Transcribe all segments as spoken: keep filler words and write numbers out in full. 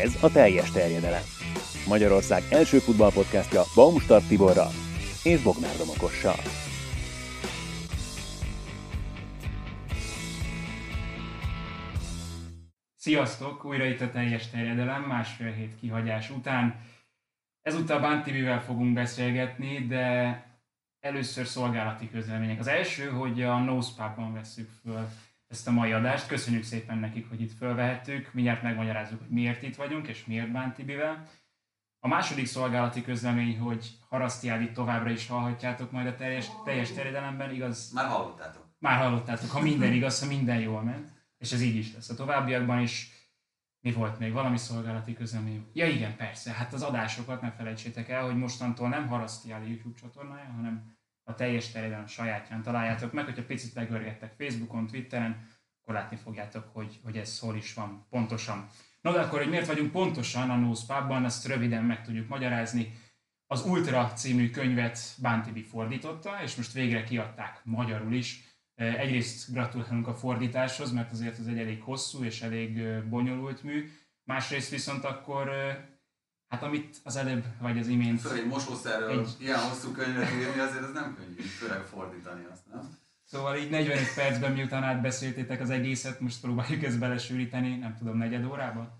Ez a Teljes terjedelem. Magyarország első futballpodcastja Baumstark Tiborral és Bognár Domokossal. Sziasztok! Újra itt a Teljes terjedelem, másfél hét kihagyás után. Ezúttal Bán Tibivel fogunk beszélgetni, de először szolgálati közlemények. Az első, hogy a Nosepubban vesszük föl ezt a mai adást. Köszönjük szépen nekik, hogy itt fölvehettük. Mindjárt megmagyarázzuk, hogy miért itt vagyunk, és miért Bán Tibivel. A második szolgálati közlemény, hogy Harasztiádit továbbra is hallhatjátok majd a teljes, teljes terjedelemben, igaz? Már hallottátok. Már hallottátok, ha minden igaz, ha minden jól ment. És ez így is lesz a továbbiakban is. Mi volt még? Valami szolgálati közlemény? Ja igen, persze, hát az adásokat ne felejtsétek el, hogy mostantól nem Harasztiádi YouTube csatornája, hanem a Teljes terjedelem sajátján találjátok meg. Hogyha picit legörgettek Facebookon, Twitteren, akkor látni fogjátok, hogy, hogy ez hol is van pontosan. Na de akkor, hogy miért vagyunk pontosan a Nosepubban, azt röviden meg tudjuk magyarázni. Az Ultra című könyvet Bán Tibi fordította, és most végre kiadták magyarul is. Egyrészt gratulálunk a fordításhoz, mert azért ez egy elég hosszú és elég bonyolult mű. Másrészt viszont akkor, hát amit az előbb vagy az imént... Főleg egy mosószerről egy... ilyen hosszú könyvet írni, azért ez nem könnyű, főleg fordítani azt, nem? Szóval így negyvenöt percben, miután átbeszéltétek az egészet, most próbáljuk ezt belesűríteni, nem tudom, negyed órába?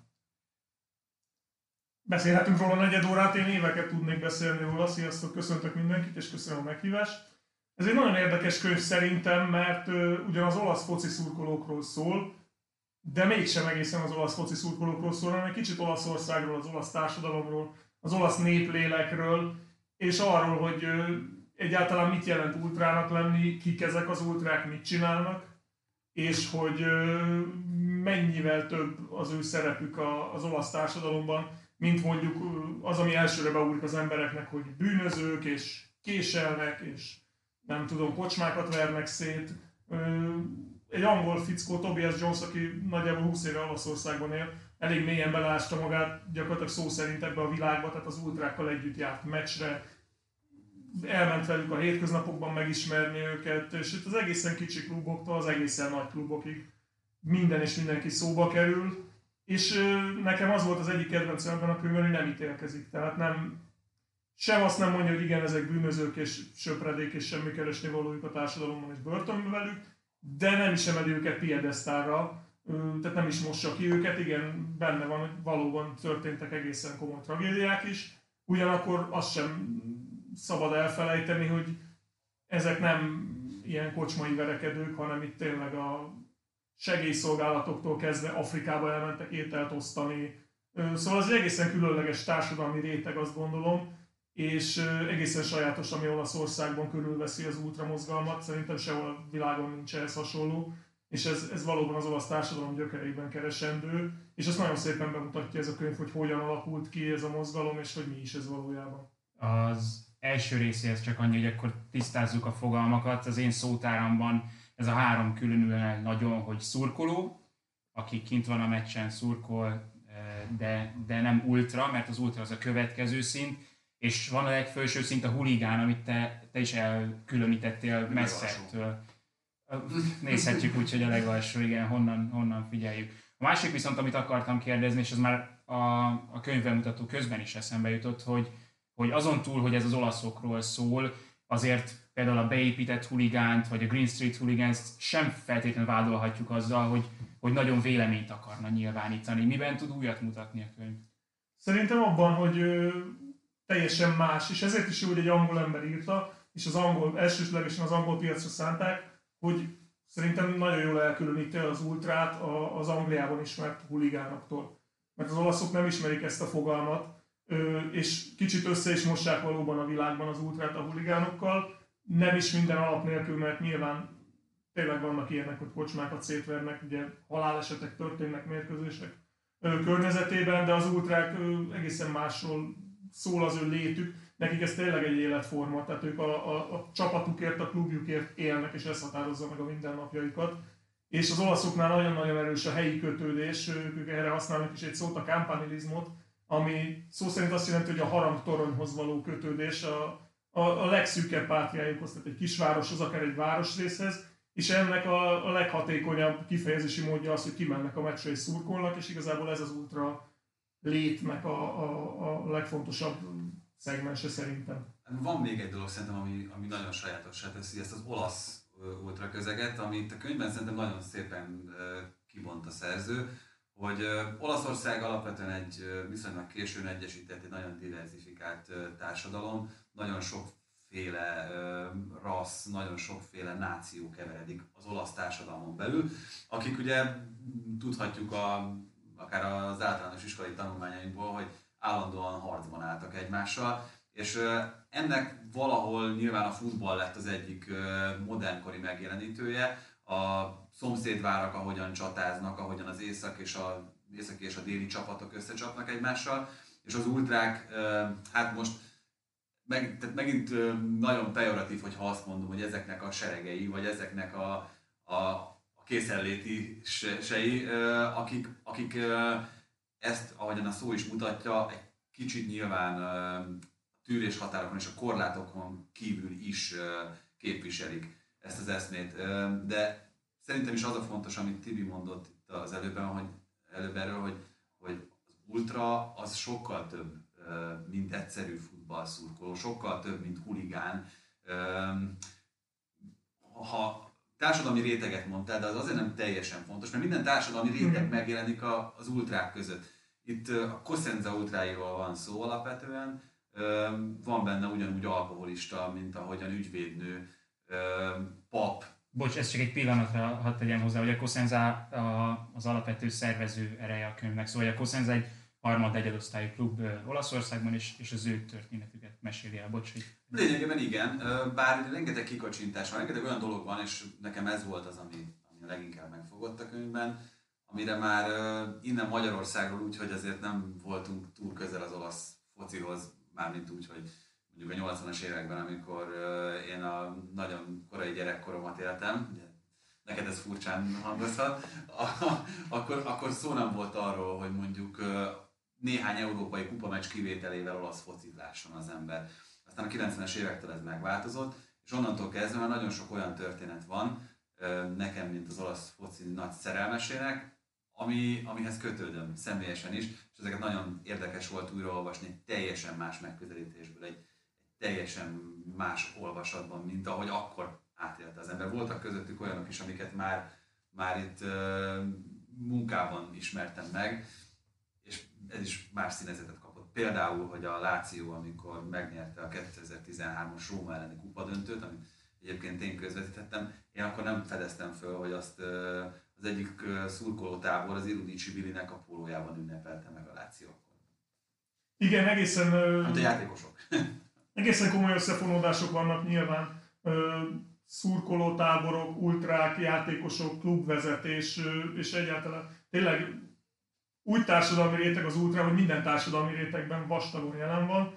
Beszélhetünk róla negyed órát, én éveket tudnék beszélni róla. Sziasztok, köszöntök mindenkit, és köszönöm a meghívást. Ez egy nagyon érdekes könyv szerintem, mert uh, ugyan az olasz foci szurkolókról szól, de mégsem egészen az olasz foci szurkolókról szól, hanem egy kicsit Olaszországról, az olasz társadalomról, az olasz néplélekről, és arról, hogy uh, egyáltalán mit jelent ultrának lenni, kik ezek az ultrák, mit csinálnak, és hogy uh, mennyivel több az ő szerepük a, az olasz társadalomban, mint mondjuk uh, az, ami elsőre beugrik az embereknek, hogy bűnözők, és késelnek, és nem tudom, kocsmákat vernek szét. Egy angol fickó, Tobias Jones, aki nagyjából húsz éve Olaszországban él, elég mélyen belásta magát gyakorlatilag szó szerint ebbe a világba, tehát az ultrákkal együtt járt meccsre, elment velük a hétköznapokban megismerni őket, és itt az egészen kicsi kluboktól az egészen nagy klubokig minden és mindenki szóba kerül, és nekem az volt az egyik kedvencem ebben a könyvben, hogy nem ítélkezik, tehát nem sem azt nem mondja, hogy igen, ezek bűnözők és söpredék és semmi keresni valójuk a társadalomban és börtönben velük, de nem is emeli őket piedesztálra, tehát nem is mossa ki őket, igen, benne van, hogy valóban történtek egészen komoly tragédiák is, ugyanakkor azt sem szabad elfelejteni, hogy ezek nem ilyen kocsmai verekedők, hanem itt tényleg a segélyszolgálatoktól kezdve Afrikába elmentek ételt osztani, szóval az egy egészen különleges társadalmi réteg, azt gondolom, és egészen sajátos, ami Olaszországban körülveszi az ultramozgalmat, szerintem sehol a világon nincs ehhez hasonló, és ez, ez valóban az olasz társadalom gyökereiben keresendő, és azt nagyon szépen bemutatja ez a könyv, hogy hogyan alakult ki ez a mozgalom, és hogy mi is ez valójában. Az első részéhez csak annyi, hogy akkor tisztázzuk a fogalmakat. Az én szótáramban ez a három különül el nagyon, hogy szurkoló, aki kint van a meccsen, szurkol, de, de nem ultra, mert az ultra az a következő szint, és van a legfelső szint a huligán, amit te, te is elkülönítettél messzettől. Nézhetjük úgy, hogy a legalsó, igen, honnan, honnan figyeljük. A másik viszont, amit akartam kérdezni, és az már a, a könyvbemutató közben is eszembe jutott, hogy, hogy azon túl, hogy ez az olaszokról szól, azért például a beépített huligánt, vagy a Green Street Hooligans sem feltétlenül vádolhatjuk azzal, hogy, hogy nagyon véleményt akarna nyilvánítani. Miben tud újat mutatni a könyv? Szerintem abban, hogy teljesen más, és ezért is jó, hogy egy angol ember írta, és az angol, elsősorban az angol piacra szánták, hogy szerintem nagyon jól elkülöníti az ultrát az Angliában ismert huligánoktól. Mert az olaszok nem ismerik ezt a fogalmat, és kicsit össze is mossák valóban a világban az ultrát a huligánokkal, nem is minden alap nélkül, mert nyilván tényleg vannak ilyenek, hogy kocsmákat szétvernek, ugye halálesetek történnek mérkőzések környezetében, de az ultrák egészen másról szól az ő létük, nekik ez tényleg egy életforma, tehát ők a, a, a csapatukért, a klubjukért élnek, és ez határozza meg a mindennapjaikat. És az olaszoknál nagyon-nagyon erős a helyi kötődés, ők erre használnak is egy szót, a campanilizmot, ami szó szerint azt jelenti, hogy a harangtoronyhoz való kötődés a, a, a legszűkebb pátriájukhoz, tehát egy kisvároshoz, akár egy városrészhez, és ennek a, a leghatékonyabb kifejezési módja az, hogy kimennek a meccsre és szurkolnak, és igazából ez az ultra létnek a, a, a legfontosabb szegmense szerintem. Van még egy dolog szerintem, ami, ami nagyon sajátossá teszi ezt az olasz ultraközeget, amit a könyvben szerintem nagyon szépen kibont a szerző, hogy Olaszország alapvetően egy viszonylag későn egyesített, egy nagyon diversifikált társadalom, nagyon sokféle rassz, nagyon sokféle náció keveredik az olasz társadalmon belül, akik ugye tudhatjuk a, akár az általános iskolai tanulmányainkból, hogy állandóan harcban álltak egymással, és ennek valahol nyilván a futball lett az egyik modernkori megjelenítője, a szomszédvárak ahogyan csatáznak, ahogyan az észak és a, északi és a déli csapatok összecsapnak egymással, és az ultrák, hát most meg, tehát megint nagyon pejoratív, hogyha azt mondom, hogy ezeknek a seregei, vagy ezeknek a, a, a készenlétisei, akik, akik ezt, ahogyan a szó is mutatja, egy kicsit nyilván tűrés határokon és a korlátokon kívül is képviselik ezt az eszmét. De szerintem is az a fontos, amit Tibi mondott itt az előbben, hogy előbb erről, hogy, hogy az ultra az sokkal több, mint egyszerű futballszurkoló, sokkal több, mint huligán. Ha társadalmi réteget mondtál, de az azért nem teljesen fontos, mert minden társadalmi réteg megjelenik az ultrák között. Itt a Cosenza ultráiról van szó alapvetően, van benne ugyanúgy alkoholista, mint ahogyan ügyvédnő, pap. Bocs, ez csak egy pillanatra hadd tegyem hozzá, hogy a Cosenza az alapvető szervező ereje a könyvnek. Szóval a Cosenza egy harmad egyadosztályú klub Olaszországban, és, és az ő történetüket meséli el. Bocs, hogy... Lényegében igen, bár rengeteg kikacsintás van, rengeteg olyan dolog van, és nekem ez volt az, ami, ami leginkább megfogott a könyvben, amire már innen Magyarországról úgy, hogy azért nem voltunk túl közel az olasz focihoz, mármint úgy, hogy mondjuk a nyolcvanas években, amikor én a nagyon korai gyerekkoromat éltem, ugye, neked ez furcsán hangozhat, akkor, akkor szó nem volt arról, hogy mondjuk néhány európai kupameccs kivételével olasz focit lásson az ember. Aztán a kilencvenes évektől ez megváltozott, és onnantól kezdve már nagyon sok olyan történet van, nekem, mint az olasz foci nagy szerelmesének, ami, amihez kötődöm személyesen is, és ezeket nagyon érdekes volt újraolvasni egy teljesen más megközelítésből, egy, egy teljesen más olvasatban, mint ahogy akkor átélte az ember. Voltak közöttük olyanok is, amiket már, már itt uh, munkában ismertem meg, és ez is más színezetet kapott. Például, hogy a Lazio, amikor megnyerte a kétezer-tizenhármas Róma elleni kupadöntőt, amit egyébként én közvetítettem, én akkor nem fedeztem föl, hogy azt uh, az egyik uh, szurkolótábor az Erudici Bilinek a pólójában ünnepelte meg a Lazio. Igen, egészen... Uh, hát a játékosok. egészen komoly összefonódások vannak nyilván. Uh, szurkolótáborok, ultrák, játékosok, klubvezetés, uh, és egyáltalán tényleg úgy társadalmi réteg az ultra, hogy minden társadalmi rétegben vastagon jelen van.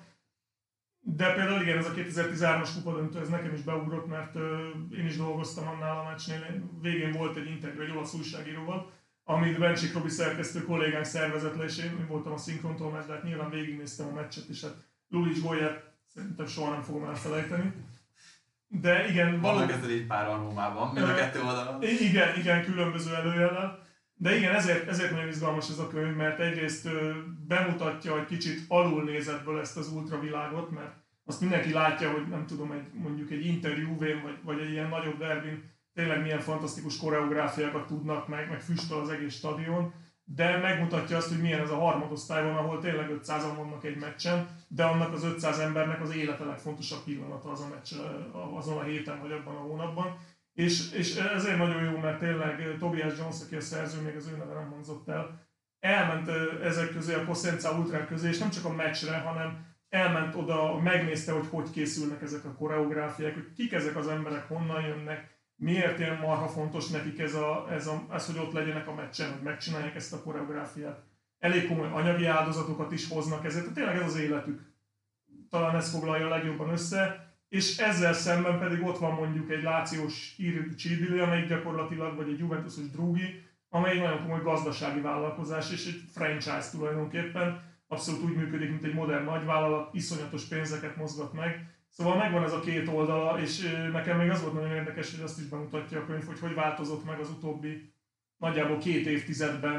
De például igen, ez a kétezer-tizenhármas kupadöntő, ez nekem is beugrott, mert uh, én is dolgoztam annál a meccsnél. Végén volt egy interjú egy olasz újságíróval, amit Bencsik Robi szerkesztő kollégánk szervezett le, és én voltam a szinkrontolmács, de hát nyilván végignéztem a meccset, és hát Lulic gólját szerintem soha nem fogom elfelejteni. De igen, vannak ezzel így pár Rómában, mind a kettő oldalon. Igen, igen, különböző előjellel. De igen, ezért, ezért nagyon izgalmas ez a könyv, mert egyrészt bemutatja egy kicsit alulnézetből ezt az ultravilágot, mert azt mindenki látja, hogy nem tudom, egy, mondjuk egy interjúvén, vagy, vagy egy ilyen nagyobb derbin tényleg milyen fantasztikus koreográfiákat tudnak meg, meg füstöl az egész stadion, de megmutatja azt, hogy milyen ez a harmadosztályban, ahol tényleg ötszázan vannak egy meccsen, de annak az ötszáz embernek az élete legfontosabb pillanata az a meccs azon a héten vagy abban a hónapban. És, és ezért nagyon jó, mert tényleg Tobias Jones, aki a szerző, még az ő neve nem hangzott el, elment ezek közé, a Cosenza ultrák közé, és nem csak a meccsre, hanem elment oda, megnézte, hogy hogy készülnek ezek a koreográfiák, hogy kik ezek az emberek, honnan jönnek, miért ilyen marha fontos nekik ez, a, ez, a, ez, hogy ott legyenek a meccsen, hogy megcsinálják ezt a koreográfiát. Elég komoly anyagi áldozatokat is hoznak ezért, tényleg ez az életük. Talán ez foglalja a legjobban össze. És ezzel szemben pedig ott van mondjuk egy lációs Erudici Bili, amelyik gyakorlatilag, vagy egy Juventusos Drugi, amely egy nagyon komoly gazdasági vállalkozás, és egy franchise tulajdonképpen. Abszolút úgy működik, mint egy modern nagyvállalat, iszonyatos pénzeket mozgat meg. Szóval megvan ez a két oldala, és nekem még az volt nagyon érdekes, hogy azt is bemutatja a könyv, hogy hogy változott meg az utóbbi nagyjából két évtizedben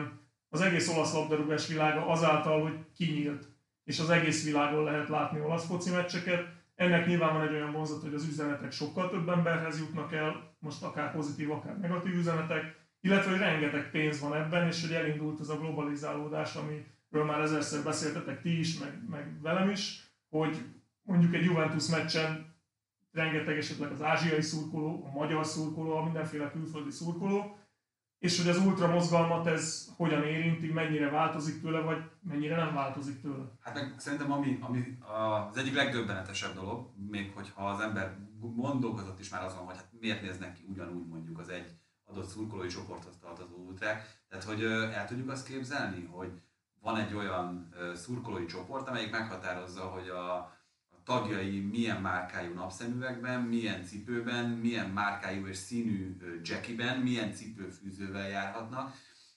az egész olasz labdarúgás világa azáltal, hogy kinyílt, és az egész világon lehet látni olasz foci meccseket. Ennek nyilván van egy olyan vonzat, hogy az üzenetek sokkal több emberhez jutnak el, most akár pozitív, akár negatív üzenetek, illetve hogy rengeteg pénz van ebben, és hogy elindult ez a globalizálódás, amiről már ezerszer beszéltetek ti is, meg, meg velem is, hogy mondjuk egy Juventus meccsen rengeteg esetleg az ázsiai szurkoló, a magyar szurkoló, a mindenféle külföldi szurkoló, és hogy az ultra mozgalmat ez hogyan érinti, mennyire változik tőle, vagy mennyire nem változik tőle. Hát meg szerintem ami, ami az egyik legdöbbenetesebb dolog, még hogyha az ember gondolkozott is már azon, hogy hát miért néznek ki ugyanúgy mondjuk az egy adott szurkolói csoporthoz tartozó ultrák. Tehát, hogy el tudjuk azt képzelni, hogy van egy olyan szurkolói csoport, amelyik meghatározza, hogy a tagjai milyen márkájú napszemüvegben, milyen cipőben, milyen márkájú és színű jackiben, milyen cipőfűzővel járhatnak.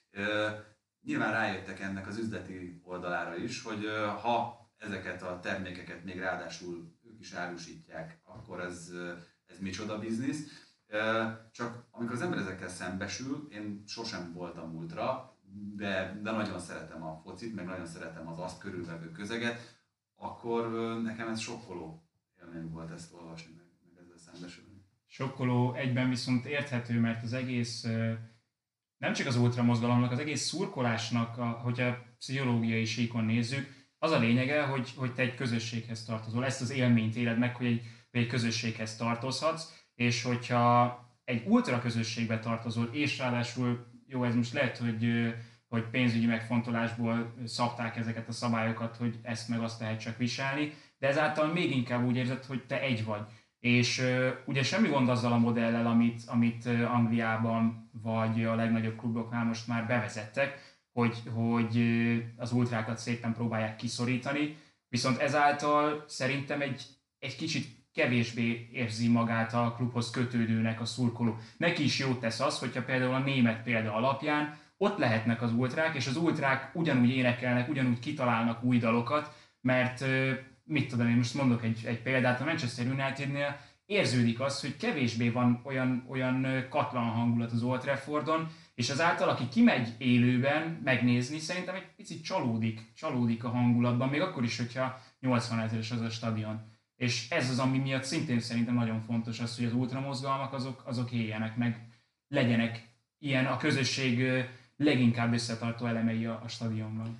Nyilván rájöttek ennek az üzleti oldalára is, hogy ha ezeket a termékeket még ráadásul ők is árusítják, akkor ez, ez micsoda biznisz. Csak amikor az ember ezekkel szembesül, én sosem voltam ultra, de, de nagyon szeretem a focit, meg nagyon szeretem az azt körülvevő közeget, akkor nekem ez sokkoló élmény volt ezt olvasni, meg, meg ezzel szembesülni. Sokkoló, egyben viszont érthető, mert az egész, nem csak az ultramozgalomnak, az egész szurkolásnak, a, hogyha pszichológiai síkon nézzük, az a lényege, hogy, hogy te egy közösséghez tartozol. Ezt az élményt éled meg, hogy egy, hogy egy közösséghez tartozhatsz, és hogyha egy ultra közösségbe tartozol, és ráadásul, jó, ez most lehet, hogy hogy pénzügyi megfontolásból szabták ezeket a szabályokat, hogy ezt meg azt lehet csak viselni, de ezáltal még inkább úgy érzed, hogy te egy vagy. És uh, ugye semmi gond azzal a modellel, amit, amit Angliában vagy a legnagyobb kluboknál most már bevezettek, hogy, hogy az ultrákat szépen próbálják kiszorítani, viszont ezáltal szerintem egy, egy kicsit kevésbé érzi magát a klubhoz kötődőnek a szurkoló. Neki is jót tesz az, hogyha például a német példa alapján ott lehetnek az ultrák, és az ultrák ugyanúgy énekelnek, ugyanúgy kitalálnak új dalokat, mert mit tudom, én most mondok egy, egy példát, a Manchester Unitednél érződik az, hogy kevésbé van olyan, olyan katlan hangulat az Old Traffordon, és azáltal, aki kimegy élőben megnézni, szerintem egy picit csalódik, csalódik a hangulatban, még akkor is, hogyha nyolcvan ezeres az a stadion. És ez az, ami miatt szintén szerintem nagyon fontos az, hogy az ultramozgalmak azok, azok éljenek meg, legyenek ilyen a közösség leginkább összetartó elemei a, a stadionban.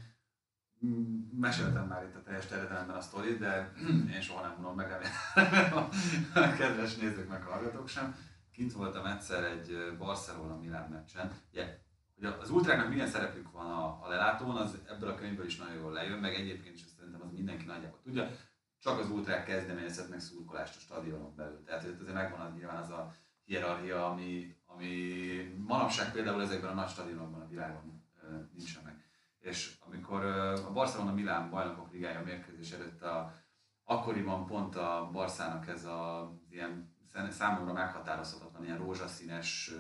Meséltem már itt a teljes terjedelemben a sztorit, de én soha nem unom meg, remélem a kedves nézők meg hallgatók sem. Kint voltam egyszer egy Barcelona-Milán meccsen. Ugye, hogy az ultráknak milyen szerepük van a, a lelátón, az ebből a könyvből is nagyon jól lejön, meg egyébként is szerintem az mindenki nagyjából tudja. Csak az ultrák kezdeményezhetnek szurkolást a stadionon belül. Tehát azért megvan az, nyilván az a hierarchia, ami, ami manapság például ezekben a nagy stadionokban a világon nincsen meg. És amikor a Barcelona-Milán bajnokok ligája mérkőzés előtt a, akkoriban pont a Barszának ez a ilyen számomra meghatározhatatlan ilyen rózsaszínes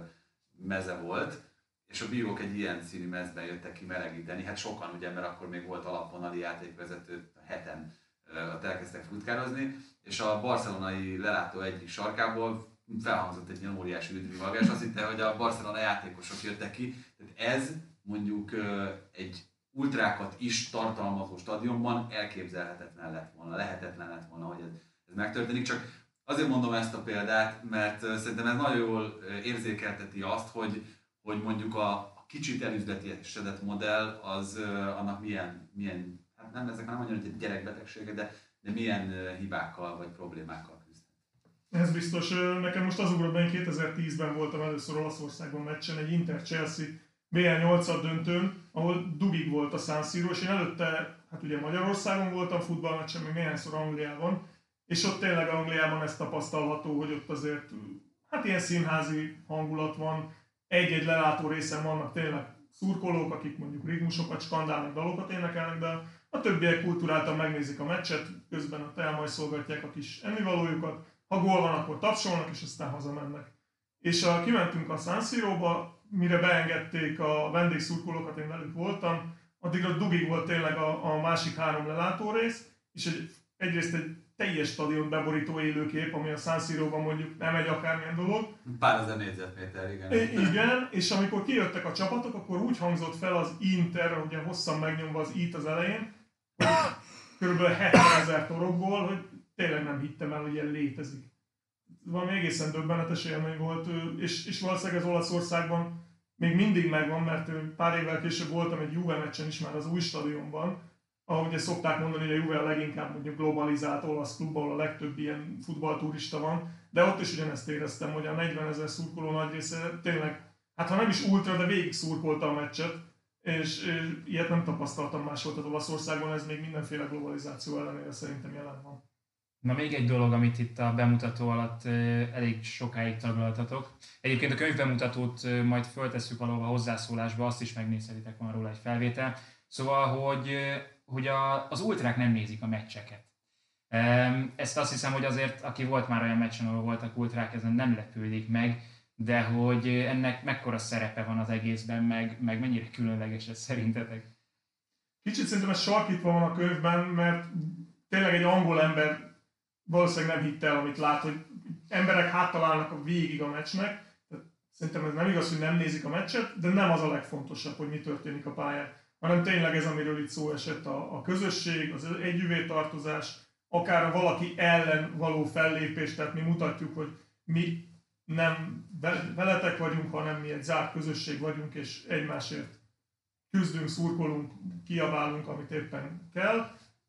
meze volt, és a bírók egy ilyen színű mezben jöttek ki melegíteni. Hát sokan ugye, mert akkor még volt alapvonali játékvezető, heten elkezdtek futkározni, és a barcelonai lelátó egyik sarkából felhangzott egy ilyen óriási üdvrivalgás, azt hitte, hogy a Barcelona játékosok jöttek ki. Tehát ez mondjuk egy ultrákat is tartalmazó stadionban elképzelhetetlen lett volna, lehetetlen lett volna, hogy ez, ez megtörténik. Csak azért mondom ezt a példát, mert szerintem ez nagyon jól érzékelteti azt, hogy, hogy mondjuk a, a kicsit elüzletiesedett modell az annak milyen, milyen hát nem, ezek nem mondjam, hogy egy gyerekbetegsége, de, de milyen hibákkal vagy problémákkal küzd. Ez biztos. Nekem most az ugrott be, én kétezer-tízben voltam először Olaszországban meccsen, egy Inter-Chelsea bé el nyolcad döntőn, ahol dugig volt a San Siro, és én előtte, hát ugye Magyarországon voltam futballmeccsen, még néhányszor Angliában, és ott tényleg Angliában ezt tapasztalható, hogy ott azért hát ilyen színházi hangulat van, egy-egy lelátó részen vannak tényleg szurkolók, akik mondjuk ritmusokat, skandálnak, dalokat énekelnek, de a többiek kulturáltan megnézik a meccset, közben ott elmajszolgatják a kis ennivalójukat, ha gól van, akkor tapsolnak, és aztán hazamennek. És a, kimentünk a San Siróba, mire beengedték a vendégszurkolókat, én velük voltam, addigra dugig volt tényleg a, a másik három lelátó rész, és egy, egyrészt egy teljes stadion beborító élőkép, ami a San Siróban mondjuk nem egy akármilyen dolog. Pár ezer négyzetméter, igen. I- igen, és amikor kijöttek a csapatok, akkor úgy hangzott fel az Inter, ugye hosszan megnyomva az it az elején, hogy kb. hetvenezer torokból, hogy tényleg nem hittem el, hogy ilyen létezik. Valami egészen döbbenetes élmény volt, és, és valószínűleg az Olaszországban még mindig megvan, mert pár évvel később voltam egy Juve meccsen is már az új stadionban, ahogy ugye szokták mondani, hogy a Juve a leginkább mondjuk globalizált olasz klub, ahol a legtöbb ilyen futballturista van, de ott is ugyanezt éreztem, hogy a negyvenezer szurkoló nagy része tényleg, hát ha nem is ultra, de végig szurkolta a meccset, és, és ilyet nem tapasztaltam máshol, tehát Olaszországban ez még mindenféle globalizáció ellenére szerintem jelen van. Na még egy dolog, amit itt a bemutató alatt elég sokáig taglaltatok. Egyébként a könyvbemutatót majd föltesszük valahol a hozzászólásba, azt is megnézhetitek, van róla egy felvétel. Szóval, hogy, hogy a, az ultrák nem nézik a meccseket. Ezt azt hiszem, hogy azért, aki volt már olyan meccsen, ahol voltak ultrák, ezen nem lepődik meg, de hogy ennek mekkora szerepe van az egészben, meg, meg mennyire különleges ez szerintetek? Kicsit szerintem ez sarkítva van a könyvben, mert tényleg egy angol ember valószínűleg nem hitte el, amit lát, hogy emberek háttal állnak a végig a meccsnek. Tehát szerintem ez nem igaz, hogy nem nézik a meccset, de nem az a legfontosabb, hogy mi történik a pályán, hanem tényleg ez, amiről itt szó esett, a, a közösség, az együvé tartozás, akár a valaki ellen való fellépés, tehát mi mutatjuk, hogy mi nem veletek vagyunk, hanem mi egy zárt közösség vagyunk, és egymásért küzdünk, szurkolunk, kiabálunk, amit éppen kell.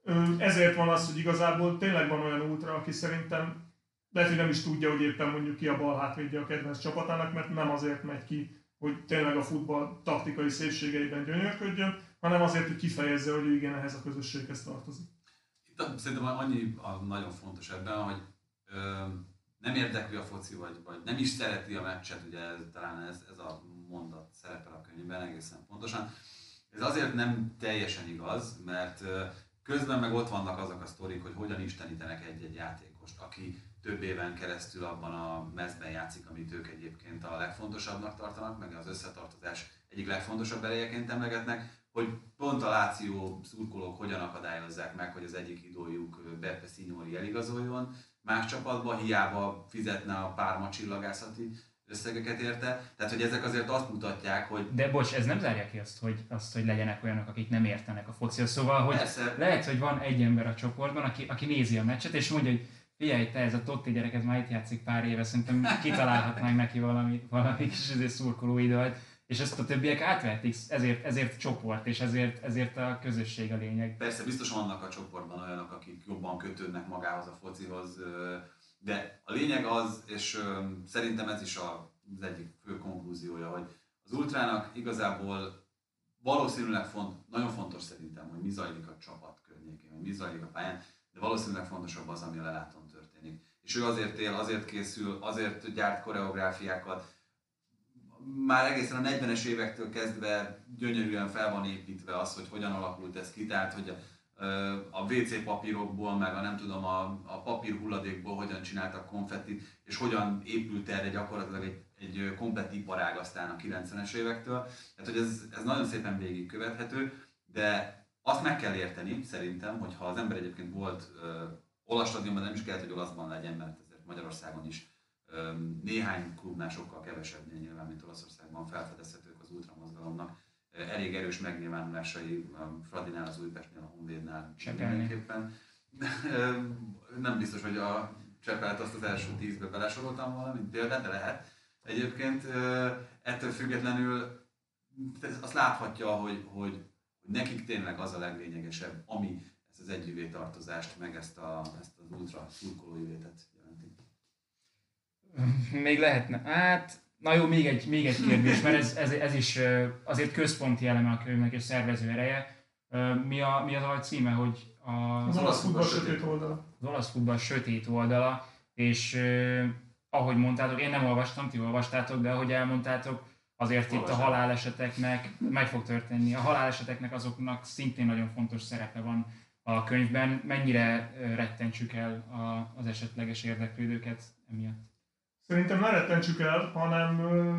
Ezért van az, hogy igazából tényleg van olyan ultra, aki szerintem lehet, hogy nem is tudja, hogy éppen mondjuk ki a bal hátvédje a kedvenc csapatának, mert nem azért megy ki, hogy tényleg a futball taktikai szépségeiben gyönyörködjön, hanem azért, hogy kifejezze, hogy ő igen ehhez a közösséghez tartozik. Itt szerintem annyi a nagyon fontos ebben, hogy ö, nem érdekli a foci, vagy, vagy nem is szereti a meccset, ugye ez, talán ez, ez a mondat szerepel a könyvben egészen pontosan. Ez azért nem teljesen igaz, mert ö, közben meg ott vannak azok a sztorik, hogy hogyan istenítenek egy-egy játékost, aki több éven keresztül abban a mezben játszik, amit ők egyébként a legfontosabbnak tartanak, meg az összetartozás egyik legfontosabb erejeként emlegetnek, hogy pont a Láció szurkolók hogyan akadályozzák meg, hogy az egyik idójuk Beppe Signori eligazoljon más csapatba, hiába fizetne a Parma csillagászati összegeket érte. Tehát, hogy ezek azért azt mutatják, hogy... De bocs, ez nem zárja ki azt, hogy, azt, hogy legyenek olyanok, akik nem értenek a focihoz. Szóval, hogy persze. Lehet, hogy van egy ember a csoportban, aki, aki nézi a meccset, és mondja, hogy figyelj, te, ez a Totti gyerek, ez már itt játszik pár éve, szerintem kitalálhatnánk neki valami, valami kis szurkoló időt, és ezt a többiek átvették, ezért, ezért csoport, és ezért, ezért a közösség a lényeg. Persze, biztosan vannak a csoportban olyanok, akik jobban kötődnek magához a focihoz, de a lényeg az, és szerintem ez is az egyik fő konklúziója, hogy az ultrának igazából valószínűleg font, nagyon fontos szerintem, hogy mi zajlik a csapat környékén, hogy mi zajlik a pályán, de valószínűleg fontosabb az, ami a lelátón történik. És ő azért él, azért készül, azért gyárt koreográfiákat, már egészen a negyvenes évektől kezdve gyönyörűen fel van építve az, hogy hogyan alakult ez ki, tehát hogy a, a vé cé papírokból, meg a nem tudom, a, a papír hulladékból hogyan csináltak konfettit, és hogyan épült erre gyakorlatilag egy, egy komplett iparág aztán a kilencvenes évektől. Tehát, hogy ez, ez nagyon szépen végigkövethető, de azt meg kell érteni szerintem, hogy ha az ember egyébként volt ö, olasz stadionban, nem is kellett, hogy olaszban legyen, mert ezért Magyarországon is ö, néhány klubnál sokkal kevesebbnél nyilván, mint Olaszországban felfedezhetők az ultramozgalomnak. Elég erős megnyilvánulásai a Fradinál, az Újpestnél, a Honvédnál mindenképpen. Nem biztos, hogy a Csepelt azt az első tízbe belesoroltam volna, mint példát, de lehet. Egyébként ettől függetlenül azt láthatja, hogy, hogy nekik tényleg az a leglényegesebb, ami ezt az együvé tartozást, meg ezt, a, ezt az ultra szurkolói létet jelenti. Még lehetne. Hát, na jó, még egy, még egy kérdés, mert ez, ez, ez is azért központi eleme a könyvnek és szervező ereje. Mi, a, mi az a címe, hogy a, az olasz futball sötét oldala. Az olasz futball sötét oldala, és eh, ahogy mondtátok, én nem olvastam, ti olvastátok, de ahogy elmondtátok, azért itt a haláleseteknek meg fog történni. A haláleseteknek azoknak szintén nagyon fontos szerepe van a könyvben. Mennyire rettentsük el a, az esetleges érdeklődőket emiatt? Szerintem ne rettentsük el, hanem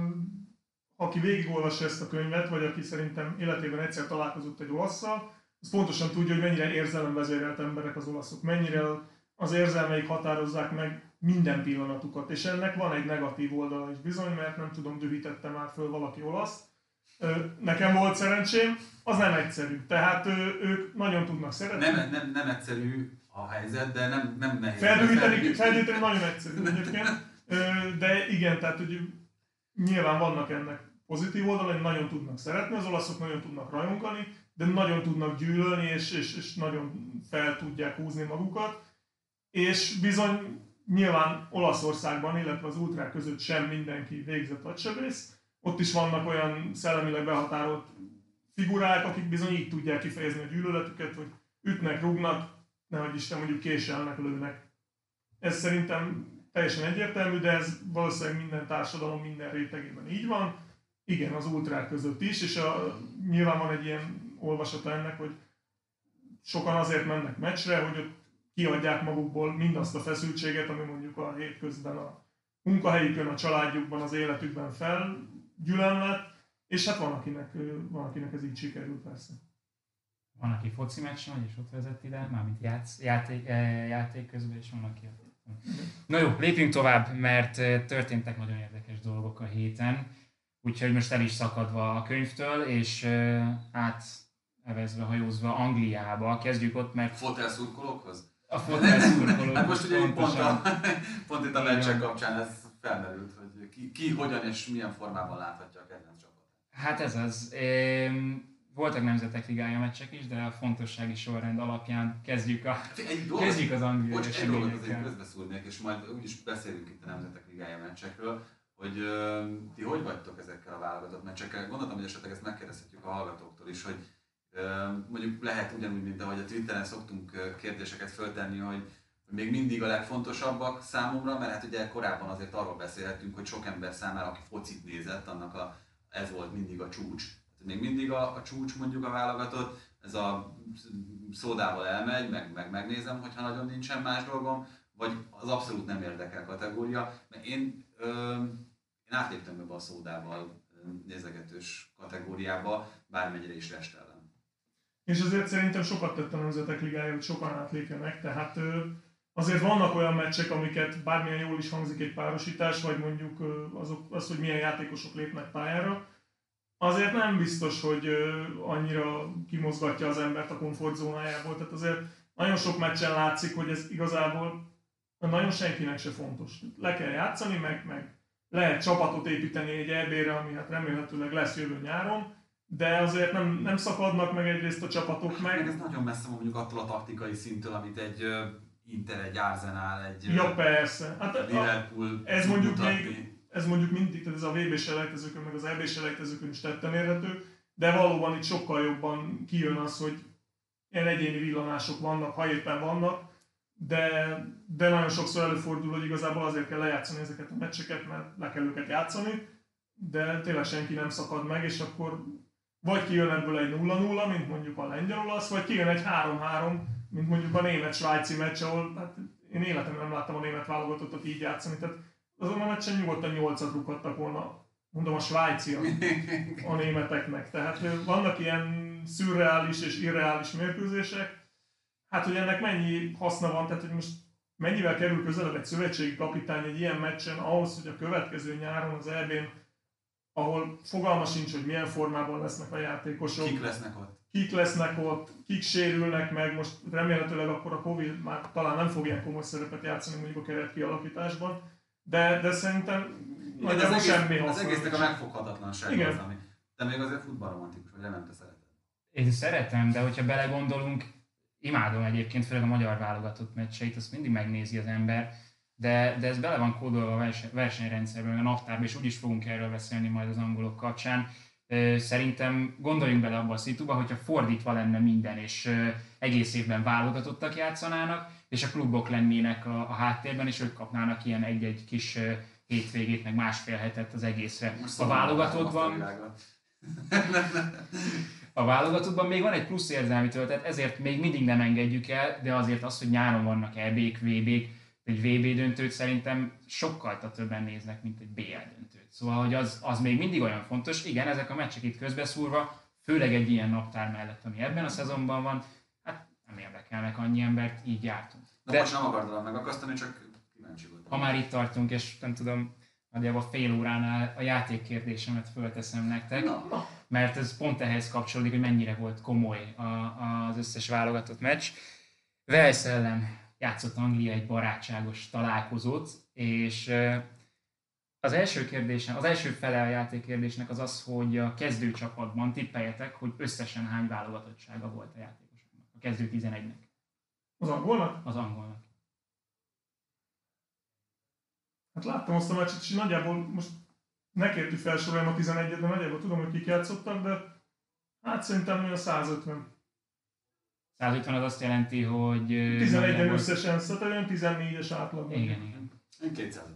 aki végigolvassa ezt a könyvet, vagy aki szerintem életében egyszer találkozott egy olasszal, az pontosan tudja, hogy mennyire érzelemvezérelt emberek az olaszok, mennyire az érzelmeik határozzák meg minden pillanatukat, és ennek van egy negatív oldala is bizony, mert nem tudom, dühítette már föl valaki olaszt. Nekem volt szerencsém, az nem egyszerű, tehát ők nagyon tudnak szeretni. Nem, nem, nem egyszerű a helyzet, de nem, nem nehéz. Feldühíteni, feldühíteni nagyon egyszerű egyébként, de igen, tehát hogy nyilván vannak ennek pozitív oldalai, nagyon tudnak szeretni, az olaszok nagyon tudnak rajongani, de nagyon tudnak gyűlölni, és, és, és nagyon fel tudják húzni magukat. És bizony nyilván Olaszországban, illetve az ultrák között sem mindenki végzett agysebész. Ott is vannak olyan szellemileg behatárolt figurák, akik bizony így tudják kifejezni a gyűlöletüket, hogy ütnek, rúgnak, nehogy Isten mondjuk késelnek, lőnek. Ez szerintem teljesen egyértelmű, de ez valószínűleg minden társadalom, minden rétegében így van. Igen, az ultrák között is, és a, nyilván van egy ilyen olvasata ennek, hogy sokan azért mennek meccsre, hogy ott kiadják magukból mindazt a feszültséget, ami mondjuk a hétközben a munkahelyükön, a családjukban, az életükben felgyülemlett, és hát van akinek, van, akinek ez így sikerül persze. Van, aki foci meccsen, vagyis ott vezet ide, mármint játsz, játék, játék közben, és van, aki... Na jó, lépjünk tovább, mert történtek nagyon érdekes dolgok a héten, úgyhogy most el is szakadva a könyvtől, és átevezve, hajózva Angliába, kezdjük ott, mert... Fotelszurkolókhoz? A fotelszurkolókhoz. Hát most ugye pont, a, pont itt a meccsek kapcsán ez felmerült, hogy ki, ki hogyan és milyen formában láthatja a kedvenc csapatát. Hát ez az. Voltak nemzetek ligája meccsek is, de a fontossági sorrend alapján kezdjük, a, egy dolgot, kezdjük az angliai bocs, egy dolgot azért eseményekkel. közbeszúrnék, és majd úgyis beszélünk itt a nemzetek ligája meccsekről, hogy uh, ti hogy vagytok ezekkel a válogatott meccsekkel? Gondoltam, hogy esetleg ezt megkérdezhetjük a hallgatóktól is, hogy uh, mondjuk lehet ugyanúgy, mint ahogy a Twitteren szoktunk uh, kérdéseket föltenni, hogy még mindig a legfontosabbak számomra, mert hát ugye korábban azért arról beszélhettünk, hogy sok ember számára, aki focit nézett, annak a, ez volt mindig a csúcs. Még mindig a, a csúcs mondjuk a válogatott, ez a szódával elmegy, meg, meg megnézem, hogyha nagyon nincsen más dolgom, vagy az abszolút nem érdekel kategória, mert én, ö, én átléptem ebbe a szódával nézegetős kategóriába, bármennyire is restellem. És azért szerintem sokat tett a Nemzetek Ligája, hogy sokan átlépjenek, tehát ö, azért vannak olyan meccsek, amiket bármilyen jól is hangzik egy párosítás, vagy mondjuk ö, azok, az, hogy milyen játékosok lépnek pályára, azért nem biztos, hogy annyira kimozgatja az embert a komfortzónájából. Tehát azért nagyon sok meccsen látszik, hogy ez igazából nagyon senkinek se fontos. Le kell játszani, meg, meg lehet csapatot építeni egy é bé-re, ami hát remélhetőleg lesz jövő nyáron, de azért nem, nem szakadnak meg egyrészt a csapatok meg. meg ez nagyon messze van mondjuk attól a taktikai szinttől, amit egy uh, Inter, egy Arsenal, egy ja, persze. Hát Liverpool a, ez mondjuk még, ez mondjuk mindig, tehát ez a vé bé selejtezőkön, meg az é bé selejtezőkön is tetten érhető, de valóban itt sokkal jobban kijön az, hogy ilyen egyéni villanások vannak, ha éppen vannak, de, de nagyon sokszor előfordul, hogy igazából azért kell lejátszani ezeket a meccseket, mert le kell őket játszani, de tényleg senki nem szakad meg, és akkor vagy kijön ebből egy nulla nulla, mint mondjuk a lengyel-olasz, vagy kijön egy három három, mint mondjuk a német-svájci meccs, ahol hát én életemben nem láttam a német válogatottat így játszani, tehát azon a meccsen nyugodtan nyolcat rúghattak volna, mondom a svájci a, a németeknek. Tehát vannak ilyen szürreális és irreális mérkőzések. Hát, hogy ennek mennyi haszna van, tehát hogy most mennyivel kerül közelebb egy szövetségi kapitány egy ilyen meccsen ahhoz, hogy a következő nyáron az é bén, ahol fogalma sincs, hogy milyen formában lesznek a játékosok. Kik lesznek ott? Kik lesznek ott, kik sérülnek meg, most remélhetőleg akkor a Covid már talán nem fog ilyen komoly szerepet játszani mondjuk a keret kialakításban. De, de szerintem nagyjából semmi haszna. Az egésznek a megfoghatatlanság az, ami... De még azért futballromantikus, vagy remélem te szereted. Én szeretem, de hogyha belegondolunk, imádom egyébként, főleg a magyar válogatott meccseit, azt mindig megnézi az ember, de, de ez bele van kódolva a verseny, versenyrendszerben, a naptárban, és úgyis fogunk erről beszélni majd az angolok kapcsán. Szerintem gondoljunk bele abba a szituba, hogyha fordítva lenne minden, és egész évben válogatottak játszanának, és a klubok lennének a, a háttérben, és ők kapnának ilyen egy-egy kis hétvégét, meg másfél hetet az egészre. A válogatottban, a válogatottban még van egy plusz érzelmi töltet, ezért még mindig nem engedjük el, de azért az, hogy nyáron vannak é bék, vé bék, egy vé bé döntőt szerintem sokkal többen néznek, mint egy bé el döntőt. Szóval, hogy az, az még mindig olyan fontos. Igen, ezek a meccsek itt közbeszúrva, főleg egy ilyen naptár mellett, ami ebben a szezonban van, hát nem érdekelnek annyi embert, így jártunk. Na De... most nem akartalak megakasztani, csak kíváncsi voltam. Ha már itt tartunk, és nem tudom, nagyjából fél óránál a játékkérdésemet fölteszem nektek, Na. mert ez pont ehhez kapcsolódik, hogy mennyire volt komoly a, az összes válogatott meccs. Wales ellen játszott Anglia egy barátságos találkozót, és az első kérdésem, az első fele a játékkérdésnek az az, hogy a kezdőcsapatban tippeljetek, hogy összesen hány válogatottsága volt a játékosoknak, a kezdő tizenegynek. Az angolnak? Az angolnak. Hát láttam azt a meccset, és nagyjából most ne kértük felsoroljam a tizenegyet, de nagyjából tudom, hogy kik játszottak, de hát szerintem olyan százötven. százötven az azt jelenti, hogy... tizenegyen összesen, szóval olyan tizennégyes átlagban. Igen, igen. Én kétszáz.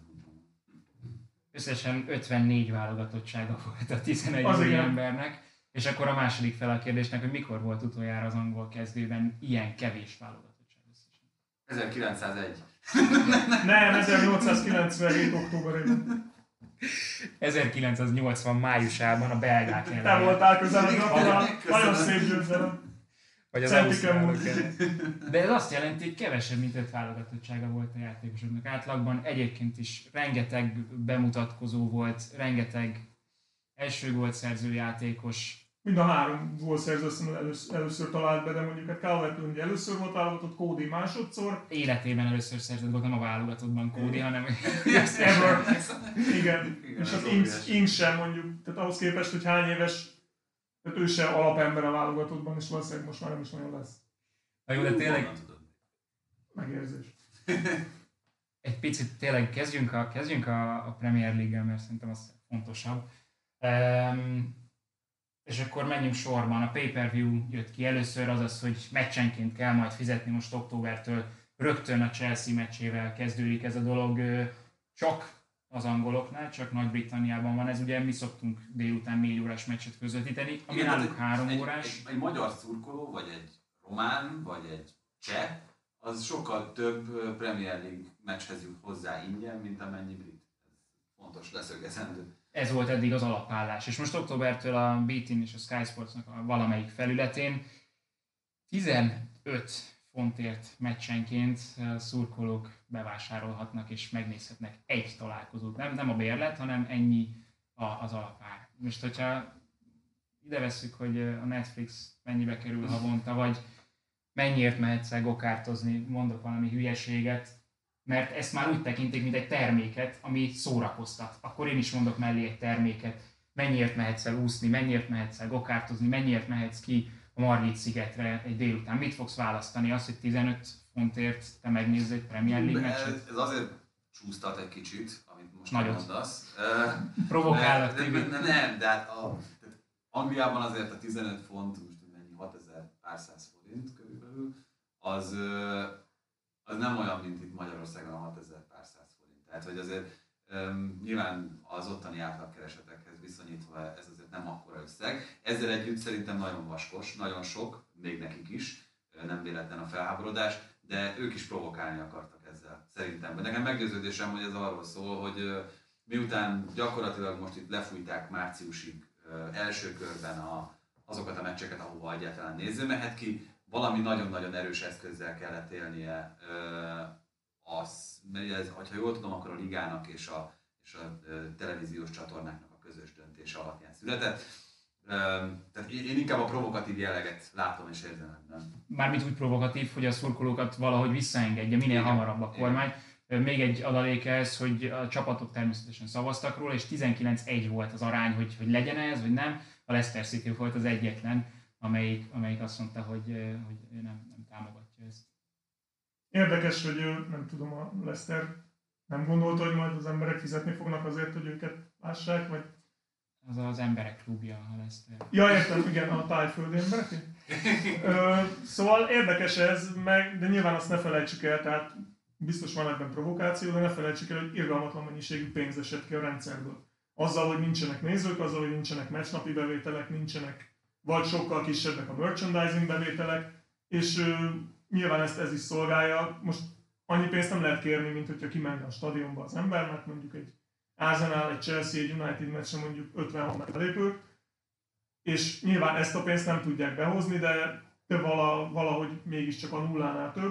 Összesen ötvennégy válogatottsága volt a tizenegy embernek, és akkor a második fel a kérdésnek, hogy mikor volt utoljára az angol kezdőben ilyen kevés válogatottság összesen. ezerkilencszázegy. Nem, ezernyolcszázkilencvenhét októberében. ezerkilencszáznyolcvan májusában a belgák ellen. Te voltál közel a napra, nagyon szép győzelem. Vagy az ausztrálok ellen. De ez azt jelenti, hogy kevesebb, mint öt válogatottsága volt a játékosoknak. Átlagban egyébként is rengeteg bemutatkozó volt, rengeteg első gólt szerző játékos. Mind a három gólszerző először, először talált be, de mondjuk a Calvert-Lewin ugye először volt válogatott, Cody másodszor. Életében először szerzett volt, nem a válogatottban Cody, hanem... Ever. Igen. És az Ings, Ings sem mondjuk, tehát ahhoz képest, hogy hány éves, tehát ő sem alapember a válogatottban, és valószínűleg most már nem is nagyon lesz. Na jó, de tényleg... Megérzés. Egy picit tényleg kezdjünk a, kezdjünk a, a Premier League-el, mert szerintem az fontosabb. Um, és akkor menjünk sorban. A pay-per-view jött ki először, azaz, hogy meccsenként kell majd fizetni most októbertől. Rögtön a Chelsea meccsével kezdődik ez a dolog. Csak az angoloknál, csak Nagy-Britanniában van ez. Ugye mi szoktunk délután négy órás meccset közvetíteni, ami náluk három egy, órás. Egy, egy magyar szurkoló, vagy egy román, vagy egy cseh, az sokkal több Premier League meccshez jut hozzá ingyen, mint amennyi brit. Ez fontos leszögezendő. Ez volt eddig az alapállás. És most októbertől a bé té en és a Sky Sportsnak a valamelyik felületén tizenöt fontért meccsenként szurkolók bevásárolhatnak és megnézhetnek egy találkozót. Nem, nem a bérlet, hanem ennyi a, az alapár. Most, hogyha ide vesszük, hogy a Netflix mennyibe kerül havonta, vagy mennyiért mehetsz el gokártozni, mondok valami hülyeséget, mert ezt már úgy tekintik, mint egy terméket, ami szórakoztat. Akkor én is mondok mellé egy terméket. Mennyiért mehetsz el úszni, mennyiért mehetsz el gokártozni, mennyiért mehetsz ki a Margit-szigetre egy délután. Mit fogsz választani? Az, hogy tizenöt fontért te megnézd egy Premier League meccset? Ez azért csúsztat egy kicsit, amit most Nagyot. mondasz. Provokálok, de, Tibi. de, nem, de hát a, Angliában azért a tizenöt font, most mennyi, hatezer pár száz forint körülbelül, az, az nem olyan, mint itt Magyarországon a hatezer pár száz forint. Tehát, hogy azért um, nyilván az ottani átlagkeresetekhez viszonyítva ez azért nem akkora összeg. Ezzel együtt szerintem nagyon vaskos, nagyon sok, még nekik is, nem véletlen a felháborodás, de ők is provokálni akartak ezzel, szerintem. De nekem meggyőződésem, hogy ez arról szól, hogy miután gyakorlatilag most itt lefújták márciusig első körben a, azokat a meccseket, ahova egyáltalán néző mehet ki, valami nagyon-nagyon erős eszközzel kellett élnie az, mert ez, ha jól tudom, akkor a ligának és a, és a televíziós csatornáknak a közös döntése alapján született. Tehát én inkább a provokatív jelleget látom és érzem ebben. Mármint úgy provokatív, hogy a szurkolókat valahogy visszaengedje minél igen, hamarabb a kormány. Igen. Még egy adalék ez, hogy a csapatok természetesen szavaztak róla, és tizenkilenc egy volt az arány, hogy, hogy legyen ez, vagy nem. A Leicester City volt az egyetlen, amelyik, amelyik azt mondta, hogy, hogy ő nem, nem támogatja ezt. Érdekes, hogy nem tudom, a Leicester nem gondolta, hogy majd az emberek fizetni fognak azért, hogy őket lássák, vagy... Az az emberek klubja, a Leicester. Ja, értem, igen, a tájföldi emberek. Ö, szóval érdekes ez, meg, de nyilván azt ne felejtsük el, tehát biztos van ebben provokáció, de ne felejtsük el, hogy irgalmatlan mennyiségű pénz esett ki a rendszerből. Azzal, hogy nincsenek nézők, azzal, hogy nincsenek meccsnapi bevételek, nincsenek, vagy sokkal kisebbek a merchandising bevételek, és ö, nyilván ezt ez is szolgálja. Most annyi pénzt nem lehet kérni, mint hogyha kimenne a stadionba az ember, mert mondjuk egy Arsenal, egy Chelsea, egy United meccsen mondjuk ötvenhat belépők, és nyilván ezt a pénzt nem tudják behozni, de, de vala, valahogy mégiscsak a nullánál több.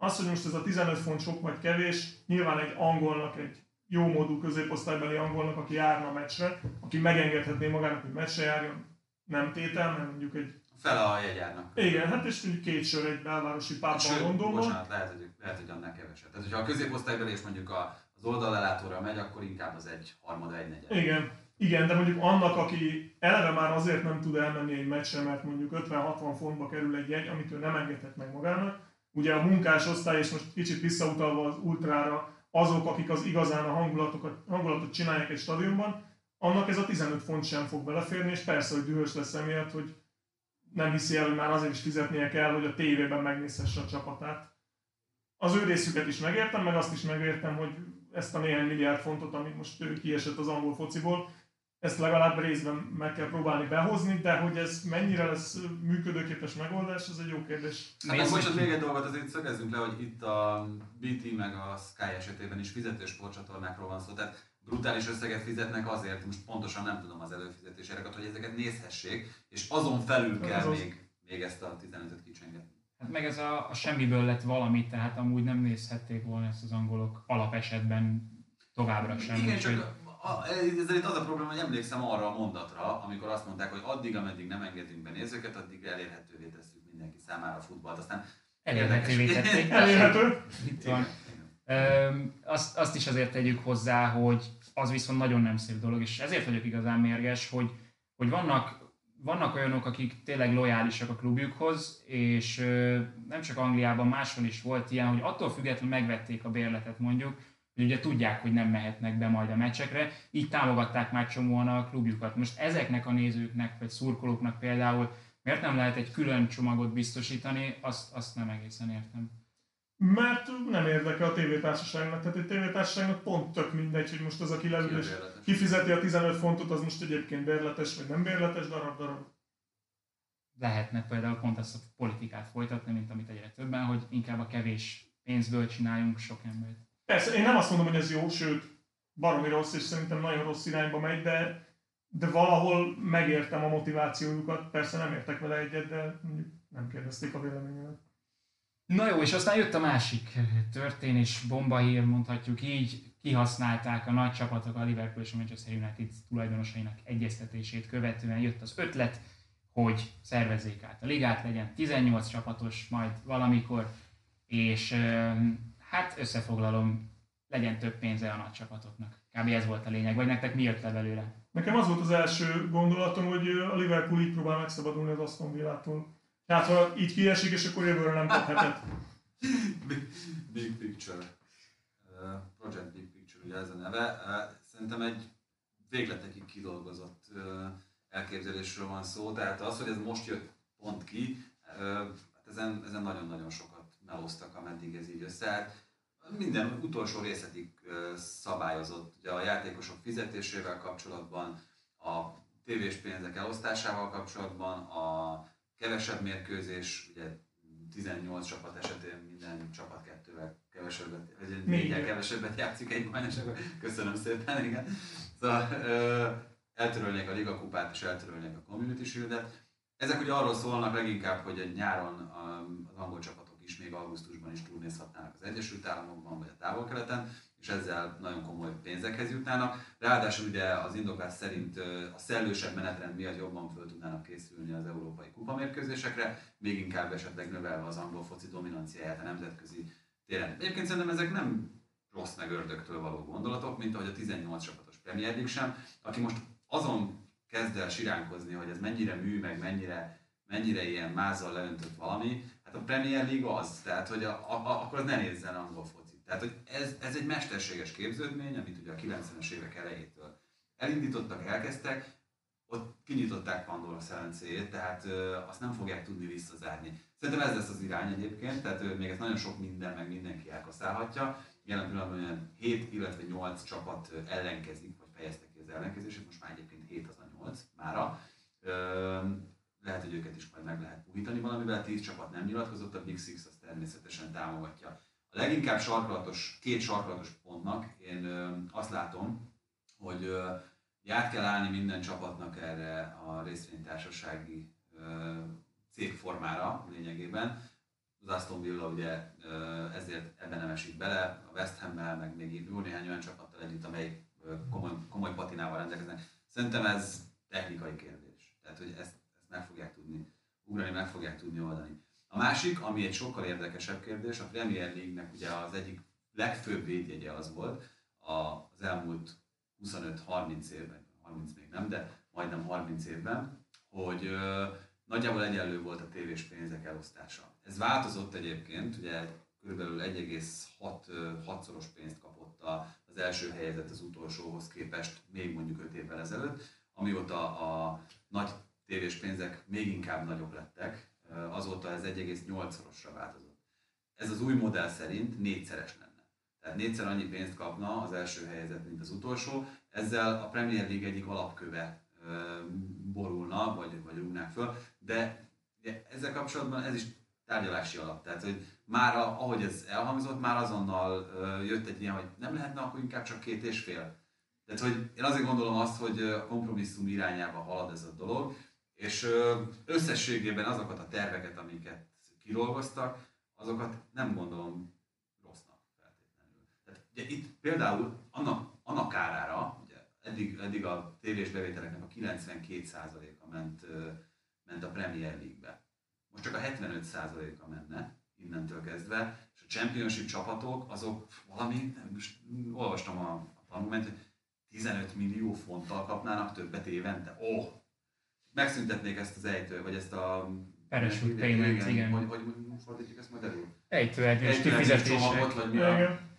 Az, hogy most ez a tizenöt font sok vagy kevés, nyilván egy angolnak, egy jó módú középosztálybeli angolnak, aki járna a meccsre, aki megengedhetné magának, hogy meccsre járjon, nem tétel, mert mondjuk egy... Fele a jegyárnak. Igen, hát és mondjuk két sör egy belvárosi pubban Londonban. Bocsánat, lehet, hogy, lehet, hogy annál kevesebb. Tehát, hogyha a középosztálybeli és mondjuk az oldallelátóra megy, akkor inkább az egy harmada, egy negyed. Igen. Igen, de mondjuk annak, aki eleve már azért nem tud elmenni egy meccsre, mert mondjuk ötven-hatvan fontba kerül egy jegy, amit ő nem engedhet meg magának. Ugye a munkás osztály, és most kicsit visszautalva az ultrára, azok, akik az igazán a hangulatokat, hangulatot csinálják egy stadionban, annak ez a tizenöt font sem fog beleférni, és persze, hogy dühös lesz emiatt, hogy nem hiszi el, hogy már azért is fizetnie kell, hogy a tévében megnézhesse a csapatát. Az ő részüket is megértem, meg azt is megértem, hogy ezt a néhány milliárd fontot, amit most kiesett az angol fociból, ezt legalább részben meg kell próbálni behozni, de hogy ez mennyire lesz működőképes megoldás, ez egy jó kérdés. Hát most még egy dolgot azért szögezzünk le, hogy itt a bé té meg a Sky esetében is fizetős sportcsatornákról van szó, tehát brutális összeget fizetnek azért, most pontosan nem tudom az előfizetés árakat, hogy ezeket nézhessék, és azon felül kell még, még ezt a tizenötöt kicsengetni. Hát meg ez a, a semmiből lett valami, tehát amúgy nem nézhették volna ezt az angolok alapesetben továbbra sem. Igen, csak a, ezzel itt az a probléma, hogy emlékszem arra a mondatra, amikor azt mondták, hogy addig, ameddig nem engedünk be nézőket, addig elérhetővé tesszük mindenki számára a futballt. Aztán elérhetővé tették. Elérhető. Itt van. Öm, azt, azt is azért tegyük hozzá, hogy az viszont nagyon nem szép dolog, és ezért vagyok igazán mérges, hogy, hogy vannak, vannak olyanok, akik tényleg lojálisak a klubjukhoz, és ö, nem csak Angliában, máshol is volt ilyen, hogy attól függetlenül megvették a bérletet mondjuk, hogy ugye tudják, hogy nem mehetnek be majd a meccsekre, így támogatták már csomóan a klubjukat. Most ezeknek a nézőknek, vagy szurkolóknak például miért nem lehet egy külön csomagot biztosítani, azt, azt nem egészen értem. Mert nem érdekel a tévétársaságnak, tehát egy tévétársaságnak pont tök mindegy, hogy most az, aki leül és kifizeti a tizenöt fontot, az most egyébként bérletes vagy nem bérletes, darab-darab. Lehetne például pont azt a politikát folytatni, mint amit egyre többen, hogy inkább a kevés pénzből csináljunk sok embert. Persze, én nem azt mondom, hogy ez jó, sőt, baromi rossz, és szerintem nagyon rossz irányba megy, de, de valahol megértem a motivációjukat, persze nem értek vele egyet, de nem kérdezték a véleményemet. Na jó, és aztán jött a másik történés, bombahír, mondhatjuk így, kihasználták a nagy csapatok, a Liverpool és a Manchester United tulajdonosainak egyeztetését követően jött az ötlet, hogy szervezzék át a ligát, legyen tizennyolc csapatos majd valamikor, és hát összefoglalom, legyen több pénze a nagy csapatoknak. Kb. Ez volt a lényeg, vagy nektek mi jött le belőle? Nekem az volt az első gondolatom, hogy a Liverpool így próbál megszabadulni az Aston Villától. Tehát ha így kiesik, és akkor jövőre nem kap hetet. Big, Big Picture. Uh, Project Big Picture, ugye ez a neve. Uh, szerintem egy végletekig kidolgozott uh, elképzelésről van szó. Tehát az, hogy ez most jött pont ki, uh, hát ezen, ezen nagyon-nagyon sokat melóztak, ameddig ez így összeállt. Minden utolsó részletig uh, szabályozott. Ugye a játékosok fizetésével kapcsolatban, a tévés pénzek elosztásával kapcsolatban, a kevesebb mérkőzés, ugye tizennyolc csapat esetén minden csapat kettővel kevesebbet, vagy négyel kevesebbet játszik egy bajnokságban. Köszönöm szépen, igen. Szóval ö, eltörölnék a Liga kupát és eltörölnék a Community Shield-et. Ezek ugye arról szólnak leginkább, hogy nyáron az angol csapatok is még augusztusban is turnézhatnának az Egyesült Államokban vagy a Távol-Keleten, és ezzel nagyon komoly pénzekhez jutnának. Ráadásul ugye az indoklás szerint a szellősebb menetrend miatt jobban föl tudnának készülni az európai kupamérkőzésekre, még inkább esetleg növelve az angol foci dominanciáját a nemzetközi téren. Egyébként szerintem ezek nem rossz meg ördögtől való gondolatok, mint ahogy a tizennyolc csapatos Premier League sem, aki most azon kezd el siránkozni, hogy ez mennyire mű, meg mennyire, mennyire ilyen mázzal leöntött valami, hát a Premier League az, tehát hogy a, a, akkor az ne nézzen angol focit. Tehát, hogy ez, ez egy mesterséges képződmény, amit ugye a kilencvenes évek elejétől elindítottak, elkezdtek, ott kinyitották Pandora szelencéjét, tehát ö, azt nem fogják tudni visszazárni. Szerintem ez lesz az irány egyébként, tehát ö, még ez nagyon sok minden, meg mindenki elkaszálhatja. Jelen pillanatban olyan hét, illetve nyolc csapat ellenkezik, vagy fejezte ki az ellenkezését, most már egyébként hét az a nyolc mára. Ö, lehet, hogy őket is majd meg lehet puhítani valamivel, tíz csapat nem nyilatkozott, a Big Six azt természetesen támogatja. A leginkább sarkalatos, két sarkalatos pontnak én ö, azt látom, hogy ö, át kell állni minden csapatnak erre a részvénytársasági ö, cégformára lényegében. az Aston Villa ugye ezért ebben nem esik bele, a West Hammel, meg még jó néhány olyan csapattal együtt, amelyik komoly, komoly patinával rendelkeznek. Szerintem ez technikai kérdés. Tehát, hogy ezt, ezt meg fogják tudni ugrani, meg fogják tudni oldani. A másik, ami egy sokkal érdekesebb kérdés, a Premier League-nek ugye az egyik legfőbb védjegye az volt az elmúlt huszonöt-harminc évben, harminc még nem, de majdnem harminc évben, hogy ö, nagyjából egyenlő volt a tévés pénzek elosztása. Ez változott egyébként, ugye körülbelül egy egész hat-szoros pénzt kapott az első helyezett az utolsóhoz képest még mondjuk öt évvel ezelőtt, amióta a nagy tévés pénzek még inkább nagyobb lettek, azóta ez egy egész nyolc-szorosra változott. Ez az új modell szerint négyszeres lenne. Tehát négyszer annyi pénzt kapna az első helyezett, mint az utolsó. Ezzel a Premier League egyik alapköve borulna, vagy, vagy rúgnák föl, de ezzel kapcsolatban ez is tárgyalási alap. Tehát, hogy már ahogy ez elhangzott, már azonnal jött egy ilyen, hogy nem lehetne akkor inkább csak két és fél. Tehát, hogy én azért gondolom azt, hogy a kompromisszum irányába halad ez a dolog, és összességében azokat a terveket, amiket kidolgoztak, azokat nem gondolom rossznak feltétlenül. Tehát ugye itt például annak, annak kárára, ugye eddig, eddig a tévés bevételeknek a kilencvenkét százaléka ment, ment a Premier League-be. Most csak a hetvenöt százaléka menne innentől kezdve, és a Championship csapatok azok valami, most olvastam a, a tanulmányt, hogy tizenöt millió fonttal kapnának többet évente. Ó! Oh! Megszüntetnék ezt az ejtő, vagy ezt a... Parachute payment, igen. igen. Hogy, hogy, hogy fordítjuk ezt majd elő? Ejtőernyős kifizetések. Vagy mi a...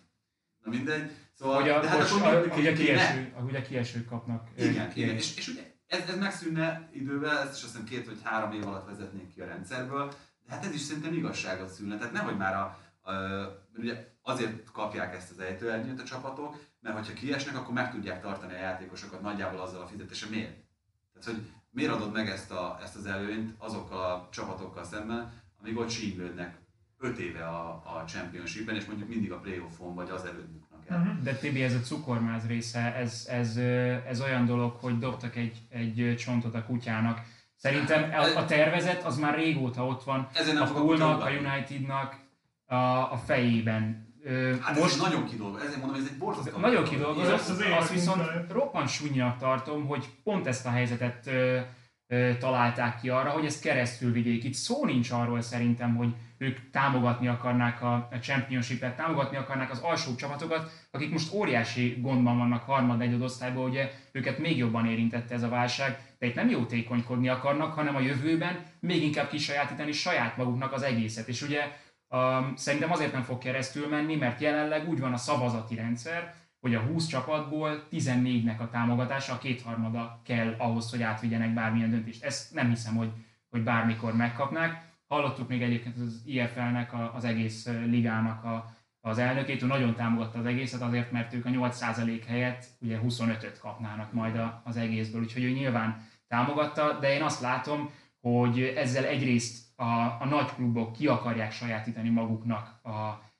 Na mindegy. Szóval, hogy a, de hát most, akkor a, hogy a kieső, ahogy a kiesők kapnak. Igen, igen. És, és ugye ez, ez megszűnne idővel, ezt is azt hiszem két vagy három év alatt vezetnék ki a rendszerből, de hát ez is szerintem igazságot szülne. Tehát nehogy már a, a, ugye azért kapják ezt az ejtőernyőt a csapatok, mert hogyha kiesnek, akkor meg tudják tartani a játékosokat nagyjából azzal a fizetése. Miért? Tehát, hogy miért adod meg ezt, a, ezt az előnyt azokkal a csapatokkal szemben, amíg ott sínylődnek öt éve a, a Championshipben, és mondjuk mindig a playoffon vagy az előtt buknak el. De Tibi, ez a cukormáz része, ez, ez, ez olyan dolog, hogy dobtak egy, egy csontot a kutyának. Szerintem a, a tervezet az már régóta ott van a Poolnak, a Unitednak a, a fejében. Hát most ez nagyon kidolgozott, ezért mondom, ez egy borzasztó. Nagyon kidolgozott, az azt viszont roppant súnyinak tartom, hogy pont ezt a helyzetet ö, ö, találták ki arra, hogy ezt keresztül vigyék. Itt szó nincs arról szerintem, hogy ők támogatni akarnák a, a Championship-et, támogatni akarnák az alsóbb csapatokat, akik most óriási gondban vannak harmad-negyed osztályban, ugye őket még jobban érintette ez a válság, de itt nem jótékonykodni akarnak, hanem a jövőben még inkább kisajátítani saját maguknak az egészet. És ugye Um, szerintem azért nem fog keresztül menni, mert jelenleg úgy van a szavazati rendszer, hogy a húsz csapatból tizennégynek a támogatása, a kétharmada kell ahhoz, hogy átvigyenek bármilyen döntést. Ezt nem hiszem, hogy, hogy bármikor megkapnák. Hallottuk még egyébként az i ef el-nek, a, az egész ligának a, az elnökét, ő nagyon támogatta az egészet azért, mert ők a nyolc százalék helyett ugye huszonötöt kapnának majd a, az egészből, úgyhogy ő nyilván támogatta, de én azt látom, hogy ezzel egyrészt A, a nagy klubok ki akarják sajátítani maguknak a,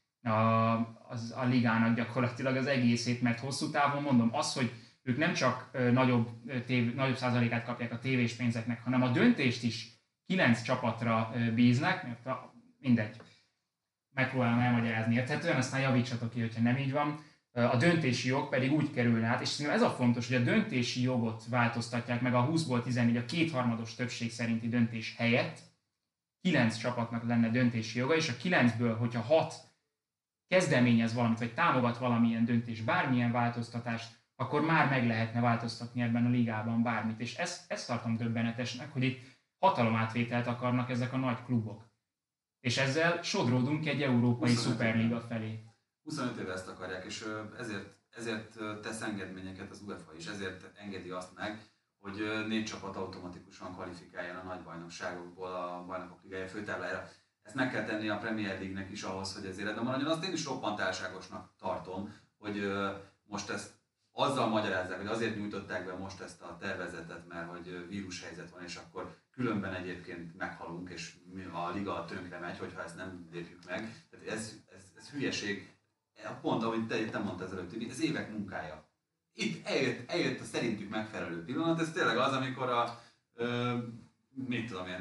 a, az, a ligának gyakorlatilag az egészét, mert hosszú távon mondom, az, hogy ők nem csak nagyobb, tév, nagyobb százalékát kapják a tévés pénzeknek, hanem a döntést is kilenc csapatra bíznak, mert a, mindegy, megpróbálom elmagyarázni érthetően, aztán javítsatok ki, hogyha nem így van. A döntési jog pedig úgy kerül át, és szerintem ez a fontos, hogy a döntési jogot változtatják meg a húszból tizennégy, a kétharmados többség szerinti döntés helyett, kilenc csapatnak lenne döntési joga, és a kilencből, hogyha hat kezdeményez valamit, vagy támogat valamilyen döntés, bármilyen változtatást, akkor már meg lehetne változtatni ebben a ligában bármit. És ezt, ezt tartom döbbenetesnek, hogy itt hatalomátvételt akarnak ezek a nagy klubok. És ezzel sodródunk egy európai szuperliga felé. huszonöt éve ezt akarják, és ezért, ezért tesz engedményeket az UEFA is, ezért engedi azt meg, hogy négy csapat automatikusan kvalifikáljon a nagy bajnokságokból a bajnokok ligája főtáblájára. Ezt meg kell tenni a Premier League-nek is ahhoz, hogy ez életben maradjon. Azt én is roppant álságosnak tartom, hogy most ezt azzal magyarázzák, hogy azért nyújtották be most ezt a tervezetet, mert hogy vírushelyzet van, és akkor különben egyébként meghalunk, és a liga tönkre megy, hogyha ezt nem lépjük meg. Tehát ez, ez, ez hülyeség. Pont ahogy te, te mondtad előtt, ez évek munkája. Itt eljött, eljött a szerintük megfelelő pillanat, ez tényleg az, amikor a, ö, mit tudom én,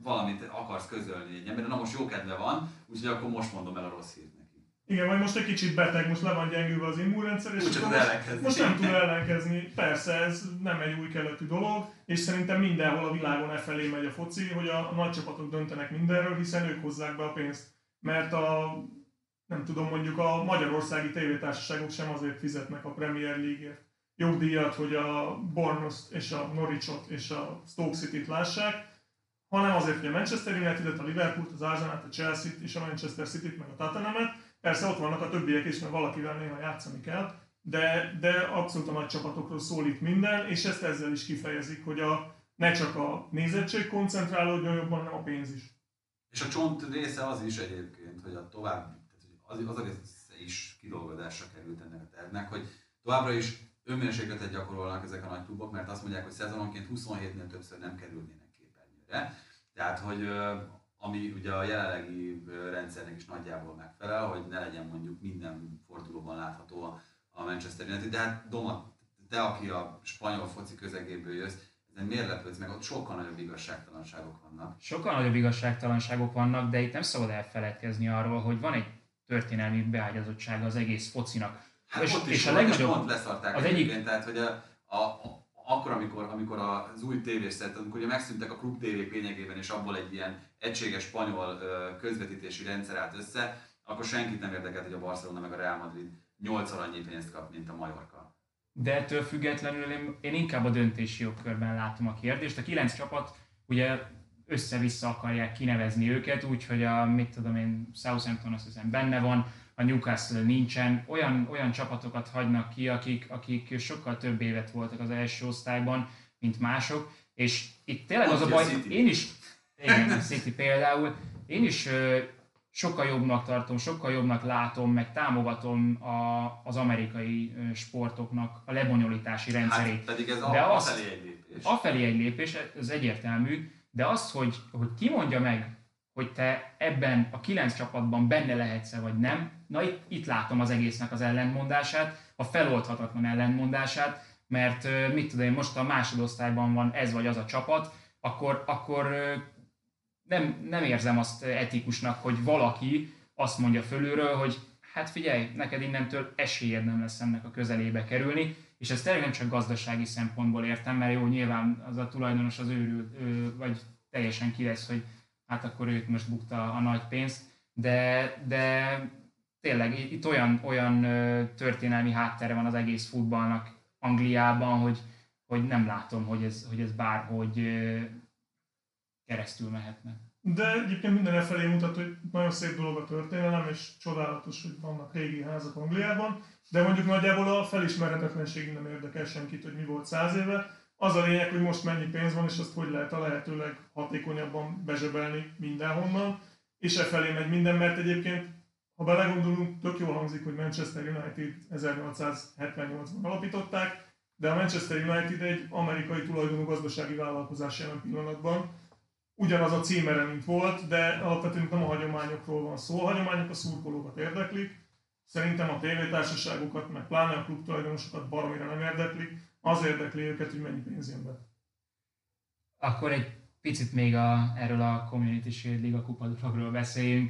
valamit akarsz közölni egy emberre, na most jó kedve van, úgyhogy akkor most mondom el a rossz hírt neki. Igen, vagy most egy kicsit beteg, most le van gyengülve az immunrendszer, és Úgy akkor most, most nem tud ellenkezni. Persze, ez nem egy új keletű dolog, és szerintem mindenhol a világon e felé megy a foci, hogy a nagy csapatok döntenek mindenről, hiszen ők hozzák be a pénzt. Mert a, nem tudom, mondjuk a magyarországi tévétársaságok sem azért fizetnek a Premier League-ért jogdíjat, hogy a Bournemouth és a Norwichot és a Stoke City-t lássák, hanem azért, hogy a Manchester United-et, a Liverpoolt, az Arsenalt, a Chelsea-t és a Manchester City-t, meg a Tottenhamet. Persze ott vannak a többiek is, mert valakivel néha játszani kell, de, de abszolút a nagy csapatokról szól itt minden, és ezt ezzel is kifejezik, hogy a, ne csak a nézettség koncentrálódjon jobban, hanem a pénz is. És a csont része az is egyébként, hogy a további, az, az egész is kidolgozásra került ennek a tervnek, hogy továbbra is önmérsékletet gyakorolnak ezek a nagy klubok, mert azt mondják, hogy szezononként huszonhétnél többször nem kerülnének képernyőre. Tehát, hogy ami ugye a jelenlegi rendszernek is nagyjából megfelel, hogy ne legyen mondjuk minden fordulóban látható a, a Manchester United, de hát Doma, te, aki a spanyol foci közegéből jössz, ezen miért lepődsz meg? Ott sokkal nagyobb igazságtalanságok vannak. Sokkal nagyobb igazságtalanságok vannak, de itt nem szabad elfeledkezni arról, hogy van egy történelmi beágyazottsága az egész focinak. Hát és, ott is és volt, a legnagyobb, pont leszarták az egyébként, egyik... tehát hogy a, a, a akkor, amikor, amikor az új tévészet, amikor ugye megszűntek a klub tévék lényegében, és abból egy ilyen egységes spanyol közvetítési rendszer állt össze, akkor senkit nem érdekelt, hogy a Barcelona meg a Real Madrid nyolcszor annyi pénzt kap, mint a Mallorca. De ettől függetlenül én, én inkább a döntési jogkörben látom a kérdést. A kilenc csapat ugye össze-vissza akarják kinevezni őket, úgyhogy a, mit tudom én, Southampton azt hiszem benne van, a Newcastle nincsen, olyan, olyan csapatokat hagynak ki, akik, akik sokkal több évet voltak az első osztályban, mint mások, és itt tényleg az a baj, én is, igen, a City például, én is ö, sokkal jobbnak tartom, sokkal jobbnak látom, meg támogatom a, az amerikai ö, sportoknak a lebonyolítási rendszerét. Hát pedig ez de a, azt, afelé egy lépés. Afelé egy lépés, ez egyértelmű, de azt, hogy, hogy ki mondja meg, hogy te ebben a kilenc csapatban benne lehetsz-e vagy nem, na itt, itt látom az egésznek az ellentmondását, a feloldhatatlan ellentmondását, mert mit tudom én, most a másodosztályban van ez vagy az a csapat, akkor, akkor nem, nem érzem azt etikusnak, hogy valaki azt mondja fölülről, hogy hát figyelj, neked innentől esélyed nem lesz ennek a közelébe kerülni, és ezt tényleg nem csak gazdasági szempontból értem, mert jó, nyilván az a tulajdonos az őrült, vagy teljesen ki lesz, hogy hát akkor őt most bukta a nagy pénzt, de, de tényleg itt olyan, olyan történelmi háttere van az egész futballnak Angliában, hogy, hogy nem látom, hogy ez, hogy ez bárhogy keresztül mehetne. De egyébként minden felé mutat, hogy nagyon szép dolog a történelem, és csodálatos, hogy vannak régi házak Angliában, de mondjuk nagyjából a felismerhetetlenség nem érdekel senkit, hogy mi volt száz éve. Az a lényeg, hogy most mennyi pénz van, és azt hogy lehet a lehetőleg hatékonyabban bezsebelni mindenhonnan, és e felé megy minden, mert egyébként, ha belegondolunk, tök jól hangzik, hogy Manchester United ezernyolcszázhetvennyolcban alapították, de a Manchester United egy amerikai tulajdonú gazdasági vállalkozás jelen pillanatban. Ugyanaz a címere, mint volt, de alapvetően nem a hagyományokról van szó. A hagyományok a szurkolókat érdeklik, szerintem a tévétársaságokat, meg pláne a klubtulajdonosokat baromira nem érdeklik, az érdekli őket, hogy mennyi pénz jön be. Akkor egy picit még a, erről a Community Shield Liga kupa dologról beszéljünk.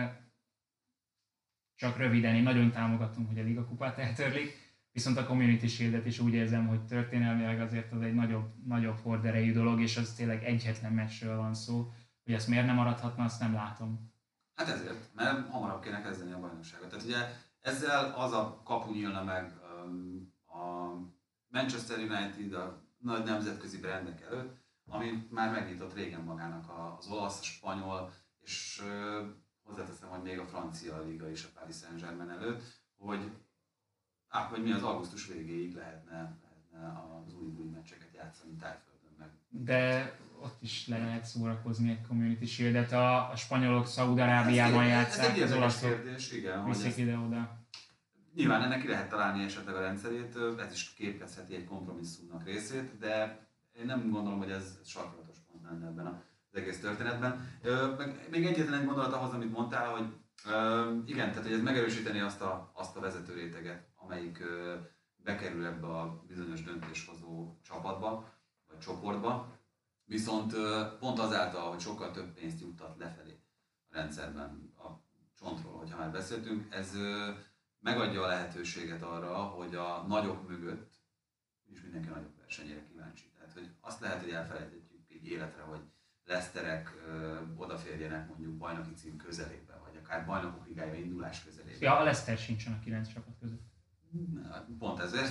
Csak röviden, én nagyon támogatom, hogy a Liga kupát eltörlik, viszont a Community Shieldet is úgy érzem, hogy történelmileg azért az egy nagyobb, nagyobb horderejű dolog, és az tényleg egyetlen meccsről van szó. Hogy ezt miért nem maradhatna, azt nem látom. Hát ezért, mert hamarabb kéne kezdeni a bajnokságot. Tehát ugye ezzel az a kapu nyílna meg a Manchester United a nagy nemzetközi brandek előtt, ami már megnyitott régen magának az olasz, a spanyol, és hozzáteszem, hogy még a francia liga is a Paris Saint-Germain előtt, hogy, á, hogy mi az augusztus végéig lehetne, lehetne az új új meccseket játszani Tájföldön meg. De ott is le lehet szórakozni egy Community Shieldet, a, a spanyolok Szaúd-Arábiában játszák, ez az olaszok kérdés, igen, viszik ide-oda. Nyilván ennek ki lehet találni esetleg a rendszerét, ez is képezheti egy kompromisszumnak részét, de én nem gondolom, hogy ez sarkalatos pont lenne ebben az egész történetben. Meg még egyetlen egy gondolat ahhoz, amit mondtál, hogy igen, tehát hogy ez megerősíteni azt a, azt a vezető réteget, amelyik bekerül ebbe a bizonyos döntéshozó csapatba, vagy csoportba. Viszont pont azáltal, hogy sokkal több pénzt juttat lefelé a rendszerben, a csontról, hogyha már beszéltünk, ez megadja a lehetőséget arra, hogy a nagyok mögött is mindenki nagyobb versenyére kíváncsi. Tehát, hogy azt lehet, hogy elfelejthetjük egy életre, hogy Leicesterek odaférjenek mondjuk bajnoki cím közelébe, vagy akár bajnokok ligája indulás közelébe. Ja, a Leicester sincsen a kilenc csapat között. Pont ezért.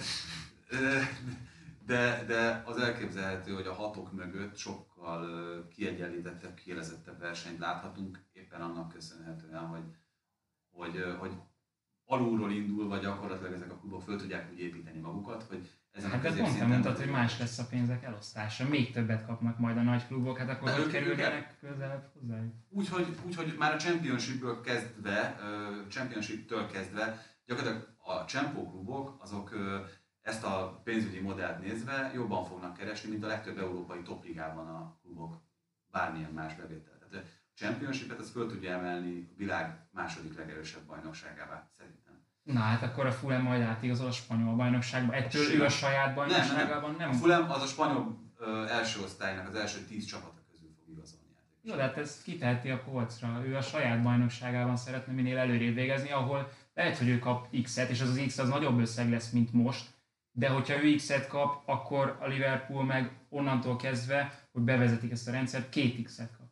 De, de az elképzelhető, hogy a hatok mögött sokkal kiegyenlítettebb, kiélezettebb versenyt láthatunk, éppen annak köszönhetően, hogy, hogy, hogy alulról indul, vagy gyakorlatilag ezek a klubok föl tudják úgy építeni magukat, hogy ezen hát a de pont te mondtad, hogy más lesz a pénzek elosztása, még többet kapnak majd a nagy klubok, hát akkor hogy kerüljenek közelebb hozzájuk? Úgyhogy úgy, már a Championship-ből kezdve, uh, Championship-től kezdve, gyakorlatilag a Csempó klubok, azok uh, ezt a pénzügyi modellt nézve jobban fognak keresni, mint a legtöbb európai topligában a klubok bármilyen más bevétel. Tehát a Championship-et az föl tudja emelni a világ második legerősebb bajnokságává, szerintem. Na hát akkor a Fulham majd átigazol a spanyol bajnokságba. Ettől ő a saját bajnokságában nem? nem. A Fulham az a spanyol uh, első osztálynak az első tíz csapata közül fog igazolni. Jó, de hát ez kiteheti a polcra. Ő a saját bajnokságában szeretne minél előrébb végezni, ahol lehet, hogy ő kap X-et, és az az X az nagyobb összeg lesz, mint most, de hogyha ő X-et kap, akkor a Liverpool meg onnantól kezdve, hogy bevezetik ezt a rendszert, két X-et kap.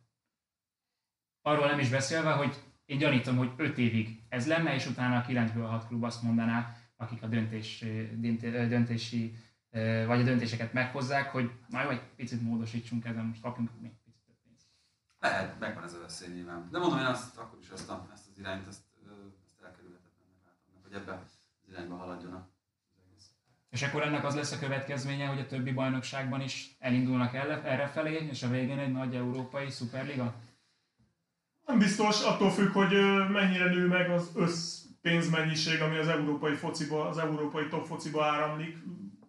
Arról nem is beszélve, hogy én gyanítom, hogy öt évig ez lenne, és utána a kilencből hat klub azt mondaná, akik a döntés, döntési, vagy a döntéseket meghozzák, hogy na jó, egy picit módosítsunk ezen, most kapjunk még picit több pénzt. Lehet, megvan ez a veszély nyilván. De mondom, én azt, akkor is azt, a, ezt az irányt, azt, azt elkerülhetetlennek látom, hogy ebben az irányba haladjon az egész. És akkor ennek az lesz a következménye, hogy a többi bajnokságban is elindulnak errefelé, és a végén egy nagy európai szuperliga? Nem biztos, attól függ, hogy mennyire nő meg az összpénzmennyiség, ami az európai fociba, az európai top fociba áramlik.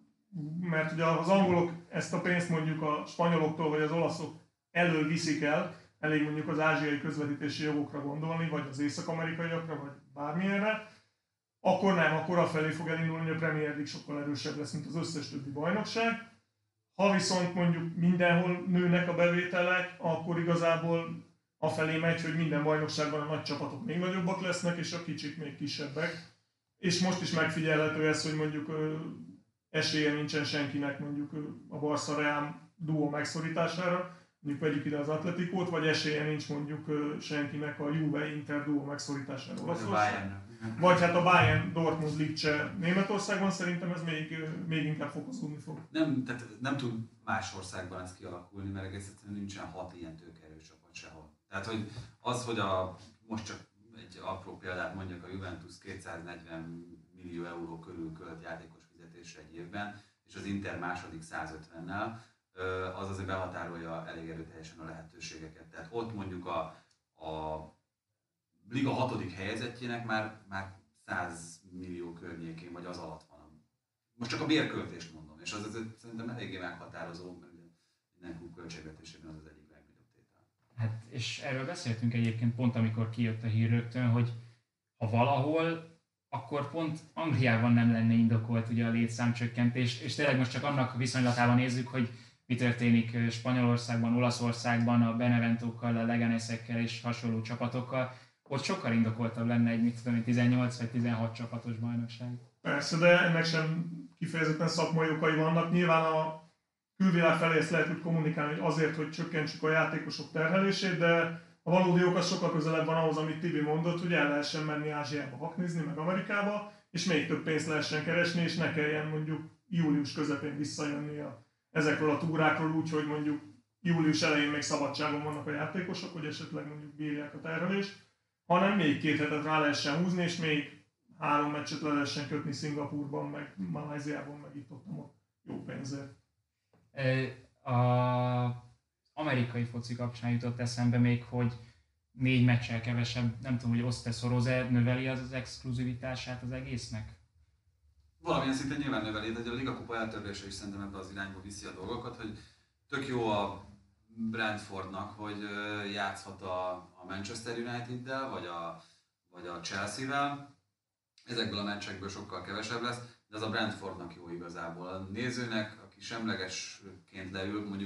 Mert ugye az angolok ezt a pénzt mondjuk a spanyoloktól vagy az olaszok elől viszik el, elég mondjuk az ázsiai közvetítési jogokra gondolni, vagy az észak-amerikaiakra, vagy bármilyenre, akkor nem, akkor afelé fog elindulni, hogy a Premier League sokkal erősebb lesz, mint az összes többi bajnokság. Ha viszont mondjuk mindenhol nőnek a bevételek, akkor igazából afelé megy, hogy minden bajnokságban a nagy csapatok még nagyobbak lesznek, és a kicsik még kisebbek. És most is megfigyelhető ez, hogy mondjuk ö, esélye nincsen senkinek mondjuk ö, a Barca-Real duó megszorítására, mondjuk vegyük ide az Atletikót, vagy esélye nincs mondjuk ö, senkinek a Juve-Inter duó megszorítására. Vagy a Bayern. Vagy hát a Bayern, Dortmund, Lipcse Németországban szerintem ez még, még inkább fokozódni fog. Nem, tehát nem tud más országban ez kialakulni, mert egész egyszerűen nincsen hat ilyen tőkeerős csapat sehol. Tehát, hogy az, hogy a, most csak egy apró példát mondjak, a Juventus kétszáznegyven millió euró körül költ játékos fizetésre egy évben, és az Inter második százötvennel, az azért behatárolja elég erőteljesen a lehetőségeket. Tehát ott mondjuk a, a liga hatodik helyezettjének már, már száz millió környékén, vagy az alatt van. Most csak a bérköltést mondom, és az azért szerintem eléggé meghatározó, mert minden klub költségvetésében az az egyik legnagyobb tétel. Hát, és erről beszéltünk egyébként pont, amikor kijött a hír rögtön, hogy ha valahol, akkor pont Angliában nem lenne indokolt ugye a létszámcsökkentés, és tényleg most csak annak viszonylatában nézzük, hogy mi történik Spanyolországban, Olaszországban, a Beneventókkal, a Leganeszekkel és hasonló csapatokkal. Ott sokkal indokoltabb lenne egy, mit tudom, tizennyolc vagy tizenhat csapatos bajnokság. Persze, de ennek sem kifejezetten szakmai okai vannak. Nyilván a külvilág felé ezt lehet úgy kommunikálni, hogy azért, hogy csökkentsük a játékosok terhelését, de a valódi ok az sokkal közelebb van ahhoz, amit Tibi mondott, hogy el lehessen menni Ázsiába haknizni, meg Amerikába, és még több pénzt lehessen keresni, és ne kelljen mondjuk július közepén visszajönni a, ezekről a túrákról úgy, hogy mondjuk július elején még szabadságon vannak a játékosok, hogy esetleg mondjuk bírják a terhelést, hanem még két hetet rá lehessen húzni, és még három meccset le lehessen kötni Szingapurban, meg Malajziában, meg itt ott, ott jó pénzért. Az amerikai foci kapcsán jutott eszembe még, hogy négy meccsel kevesebb, nem tudom, hogy Oszteszoroze növeli az az exkluzivitását az egésznek? Valamilyen szinten nyilván növeli, de a Liga Kupa eltörlése is szerintem ebbe az irányba viszi a dolgokat, hogy tök jó a Brentfordnak, hogy játszhat a, a Manchester United-del, vagy a, vagy a Chelsea-vel. Ezekből a meccsekből sokkal kevesebb lesz, de az a Brentfordnak jó igazából. A nézőnek, aki semlegesként leül, mondjuk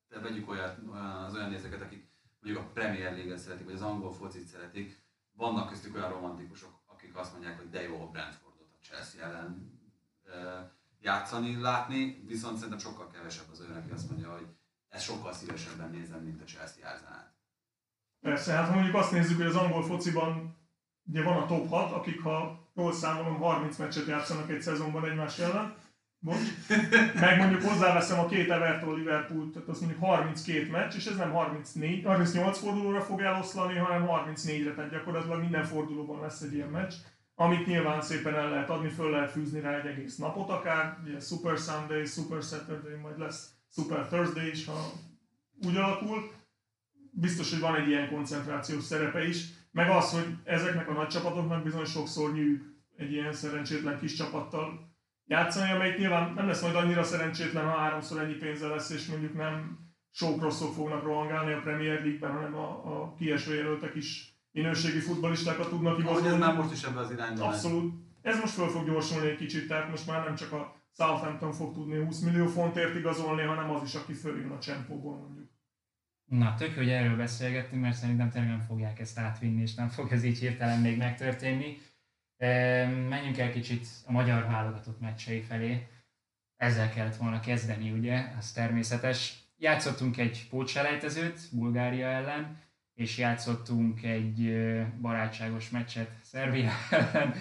de vegyük olyan, az olyan nézőket, akik mondjuk a Premier League-et szeretik, vagy az angol focit szeretik, vannak köztük olyan romantikusok, akik azt mondják, hogy de jó a Brentfordot a Chelsea ellen játszani, látni, viszont szerintem sokkal kevesebb az olyan, aki azt mondja, hogy ezt sokkal szívesebben nézem, mint a Chelsea Arsenalt. Persze, hát ha mondjuk azt nézzük, hogy az angol fociban ugye van a top hat, akik ha jól számolom harminc meccset játszanak egy szezonban egymás ellen, bocs, meg mondjuk hozzáveszem a két Everton Liverpool, tehát azt mondjuk harminckét meccs, és ez nem harmincnégy, harmincnyolc fordulóra fog eloszlani, hanem harmincnégyre, tehát gyakorlatilag minden fordulóban lesz egy ilyen meccs, amit nyilván szépen el lehet adni, föl lehet fűzni rá egy egész napot akár, ugye Super Sunday, Super Saturday, majd lesz Super Thursday is, ha úgy alakul. Biztos, hogy van egy ilyen koncentrációs szerepe is, meg az, hogy ezeknek a nagy csapatoknak bizony sokszor nyűg egy ilyen szerencsétlen kis csapattal játszani, amelyik nyilván nem lesz majd annyira szerencsétlen, ha háromszor ennyi pénze lesz, és mondjuk nem showcrossok fognak rohangálni a Premier League-ben, hanem a, a kieső jelöltek is minőségi futballistákat tudnak igazolni. Ahogy ez már most is ebben az irányban. Abszolút. Ez most föl fog gyorsulni egy kicsit, tehát most már nem csak a Southampton fog tudni húsz millió fontért igazolni, hanem az is, aki fölül a csempóból mondjuk. Na, tök, hogy erről beszélgettünk, mert szerintem tényleg nem fogják ezt átvinni, és nem fog ez így hirtelen még megtörténni. Menjünk el kicsit a magyar válogatott meccsei felé. Ezzel kellett volna kezdeni, ugye? Az természetes. Játszottunk egy pótselejtezőt Bulgária ellen, és játszottunk egy barátságos meccset Szerbia ellen.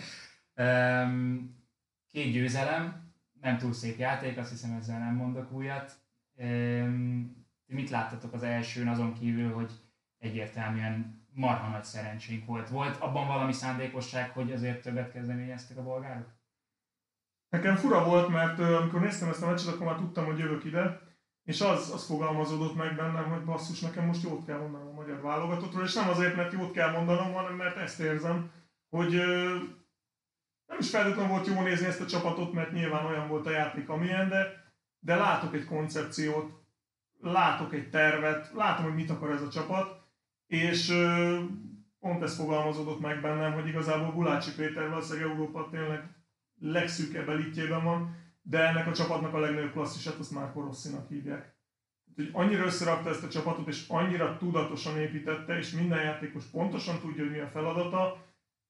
Két győzelem, nem túl szép játék, azt hiszem ezzel nem mondok újat. Mit láttatok az elsőn, azon kívül, hogy egyértelműen marha nagy szerencsénk volt? Volt abban valami szándékosság, hogy azért többet kezdeményeztek a bolgárok? Nekem fura volt, mert amikor néztem ezt a meccset, akkor már tudtam, hogy jövök ide, és az, az fogalmazódott meg bennem, hogy basszus, nekem most jót kell mondanom a magyar válogatottról, és nem azért, mert jót kell mondanom, hanem mert ezt érzem, hogy nem is feltétlenül volt jó nézni ezt a csapatot, mert nyilván olyan volt a játék, amilyen, de, de látok egy koncepciót, látok egy tervet, látom, hogy mit akar ez a csapat, és pont ez fogalmazódott meg bennem, hogy igazából Gulácsi Péter valószínűleg Európa tényleg legszűkebb elitjében van, de ennek a csapatnak a legnagyobb klasszisát azt Marco Rossinak hívják. Hogy annyira összerakta ezt a csapatot, és annyira tudatosan építette, és minden játékos pontosan tudja, hogy mi a feladata,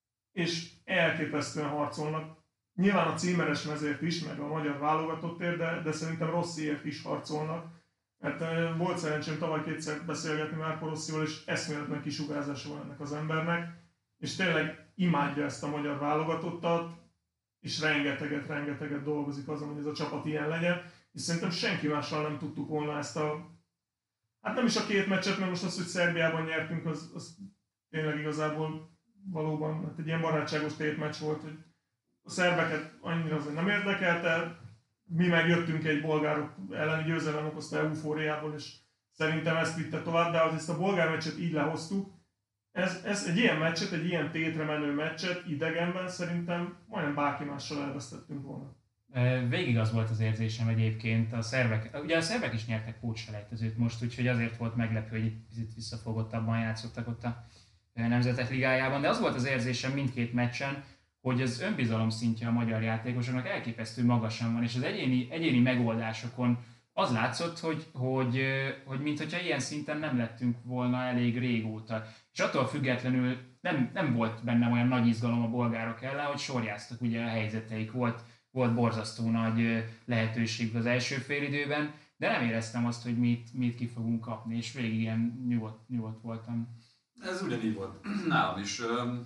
és elképesztően harcolnak. Nyilván a címeres mezért is, meg a magyar válogatottért, de, de szerintem Rossiért is harcolnak. Mert volt szerencsém tavaly kétszer beszélgetni Marco Rossival, és eszméletlen kisugárzása van ennek az embernek, és tényleg imádja ezt a magyar válogatottat, és rengeteget, rengeteget dolgozik azon, hogy ez a csapat ilyen legyen, és szerintem senki mással nem tudtuk volna ezt a... Hát nem is a két meccset, mert most az, hogy Szerbiában nyertünk, az, az tényleg igazából valóban hát egy ilyen barátságos tétmeccs volt, hogy a szerbeket annyira azért nem érdekelte, mi megjöttünk egy bolgárok elleni győzelem okozta eufóriából, és szerintem ezt vitte tovább, de az ezt a bolgár meccset így lehoztuk. Ez, ez egy ilyen meccset, egy ilyen tétre menő meccset idegenben szerintem majdnem bárki mással elvesztettünk volna. Végig az volt az érzésem egyébként, a szerbek, ugye a szerbek is nyertek pótselejtezőt most, úgyhogy azért volt meglepő, hogy egy picit visszafogottabban játszottak ott a Nemzetek Ligájában, de az volt az érzésem mindkét meccsen, hogy az önbizalom szintje a magyar játékosoknak elképesztő magasan van, és az egyéni, egyéni megoldásokon az látszott, hogy, hogy, hogy mintha ilyen szinten nem lettünk volna elég régóta. És attól függetlenül nem, nem volt benne olyan nagy izgalom a bolgárok ellen, hogy sorjáztak, ugye a helyzeteik volt, volt borzasztó nagy lehetőség az első félidőben, de nem éreztem azt, hogy mit, mit ki fogunk kapni, és végig ilyen nyugodt, nyugodt voltam. Ez ugyanígy volt nálam is.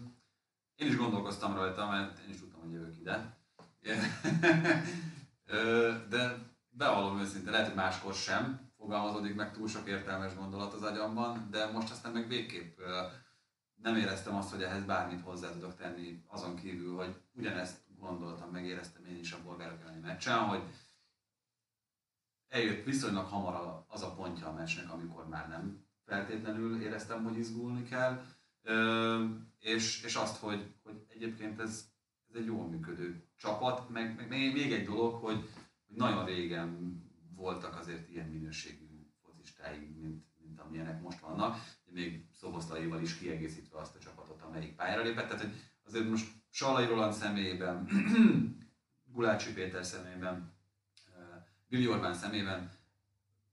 Én is gondolkoztam rajta, mert én is tudtam, hogy jövök ide. De bevallom őszintén, lehet, hogy máskor sem fogalmazódik meg túl sok értelmes gondolat az agyamban, de most aztán meg végképp nem éreztem azt, hogy ehhez bármit hozzá tudok tenni, azon kívül, hogy ugyanezt gondoltam, megéreztem én is a bolgárok elleni meccsen, hogy eljött viszonylag hamar az a pontja a meccsnek, amikor már nem feltétlenül éreztem, hogy izgulni kell, és, és azt, hogy, hogy egyébként ez, ez egy jól működő csapat, meg, meg még egy dolog, hogy, hogy nagyon régen voltak azért ilyen minőségű focistáink, mint, mint amilyenek most vannak, még Szoboszlaival is kiegészítve azt a csapatot, amelyik pályára lépett, tehát hogy azért most Sallai Roland személyében, Gulácsi Péter személyében, Billy Orbán személyében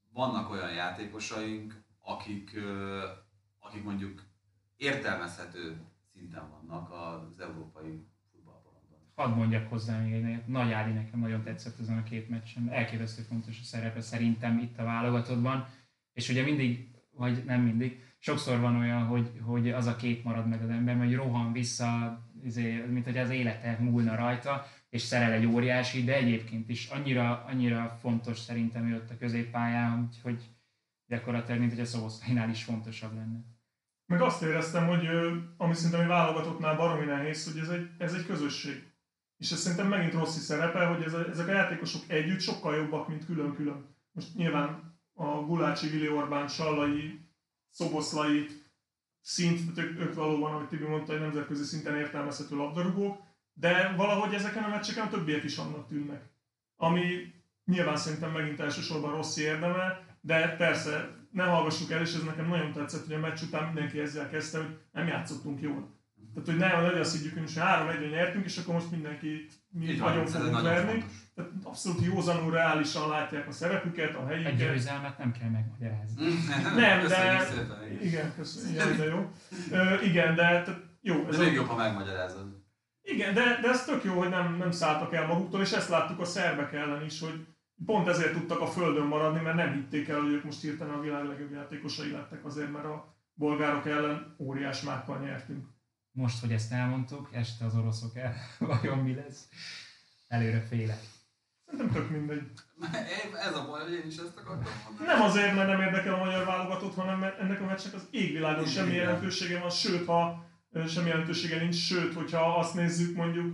vannak olyan játékosaink, akik, akik mondjuk értelmezhető szinten vannak az európai futballporondon. Hadd mondjak hozzá még egy nagyot. Nagy Ádi nekem nagyon tetszett ezen a két meccsen. Elképesztő fontos a szerepe szerintem itt a válogatottban. És ugye mindig, vagy nem mindig, sokszor van olyan, hogy, hogy az a kép marad meg az ember, hogy rohan vissza, mint hogy az élete múlna rajta, és szerel egy óriási, de egyébként is annyira, annyira fontos szerintem ő ott a középpályán, hogy gyakorlatilag, mint hogy a Szoboszlainál is fontosabb lenne. Meg azt éreztem, hogy ami szerintem egy válogatottnál baromi nehéz, hogy ez egy, ez egy közösség. És ez szerintem megint Rossi szerepe, hogy ez a, ezek a játékosok együtt sokkal jobbak, mint külön-külön. Most nyilván a Gulácsi, Vili Orbán, Sallai, Szoboszlai szint, tehát ők, ők valóban, ahogy Tibi mondta, hogy nemzetközi szinten értelmezhető labdarúgók, de valahogy ezeken a meccseken a többiek is annak tűnnek. Ami nyilván szerintem megint elsősorban Rossi érdeme, de persze ne hallgassuk el, és ez nekem nagyon tetszett, hogy a meccs után mindenki ezzel kezdte, hogy nem játszottunk jól. Tehát, hogy ne, ne azt higgyük, hogy most három egyre nyertünk, és akkor most mindenki mi nagyon fogunk verni. Tehát abszolút józanul, reálisan látják a szerepüket, a helyüket. Egy győzelmet nem kell megmagyarázni. Nem, de... Igen, köszönöm, de jó. Ö, igen, de tehát jó. Ez de még jobb, ha megmagyarázod. Igen, de, de ez tök jó, hogy nem, nem szálltak el maguktól, és ezt láttuk a szerbek ellen is, hogy pont ezért tudtak a földön maradni, mert nem hitték el, hogy ők most hirtelen a világ legjobb játékosai lettek azért, mert a bolgárok ellen óriás mákkal nyertünk. Most, hogy ezt elmondtuk, este az oroszok el, vajon mi lesz? Előre félek. Szerintem tök mindegy. Ez a baj, hogy én is ezt akartam mondani. Nem azért, mert nem érdekel a magyar válogatott, hanem mert ennek a meccsnek az égvilágon semmi jelentősége van, sőt, ha semmi jelentősége nincs, sőt, hogyha azt nézzük, mondjuk,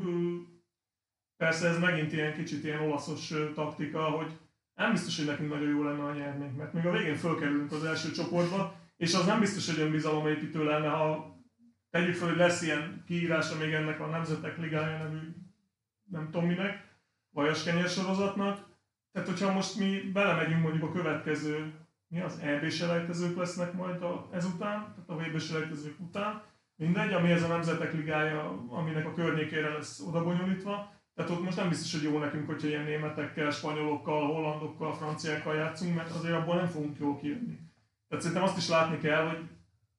persze ez megint ilyen kicsit ilyen olaszos taktika, hogy nem biztos, hogy nekünk nagyon jó lenne a nyernénk, mert még a végén fölkerülünk az első csoportba, és az nem biztos, hogy önbizalomépítő lenne, ha tegyük fel, hogy lesz ilyen kiírása még ennek a Nemzetek Ligája nevű, nem tudom minek, vajaskenyér sorozatnak. Tehát, hogyha most mi belemegyünk mondjuk a következő, mi az é bé-selejtezők lesznek majd a, ezután, tehát a vé bé-selejtezők után, mindegy, ami ez a Nemzetek Ligája, aminek a környékére lesz odabonyolítva. Tehát ott most nem biztos, hogy jó nekünk, hogyha ilyen németekkel, spanyolokkal, hollandokkal, franciákkal játszunk, mert azért abból nem fogunk jól kijönni. Tehát szerintem azt is látni kell, hogy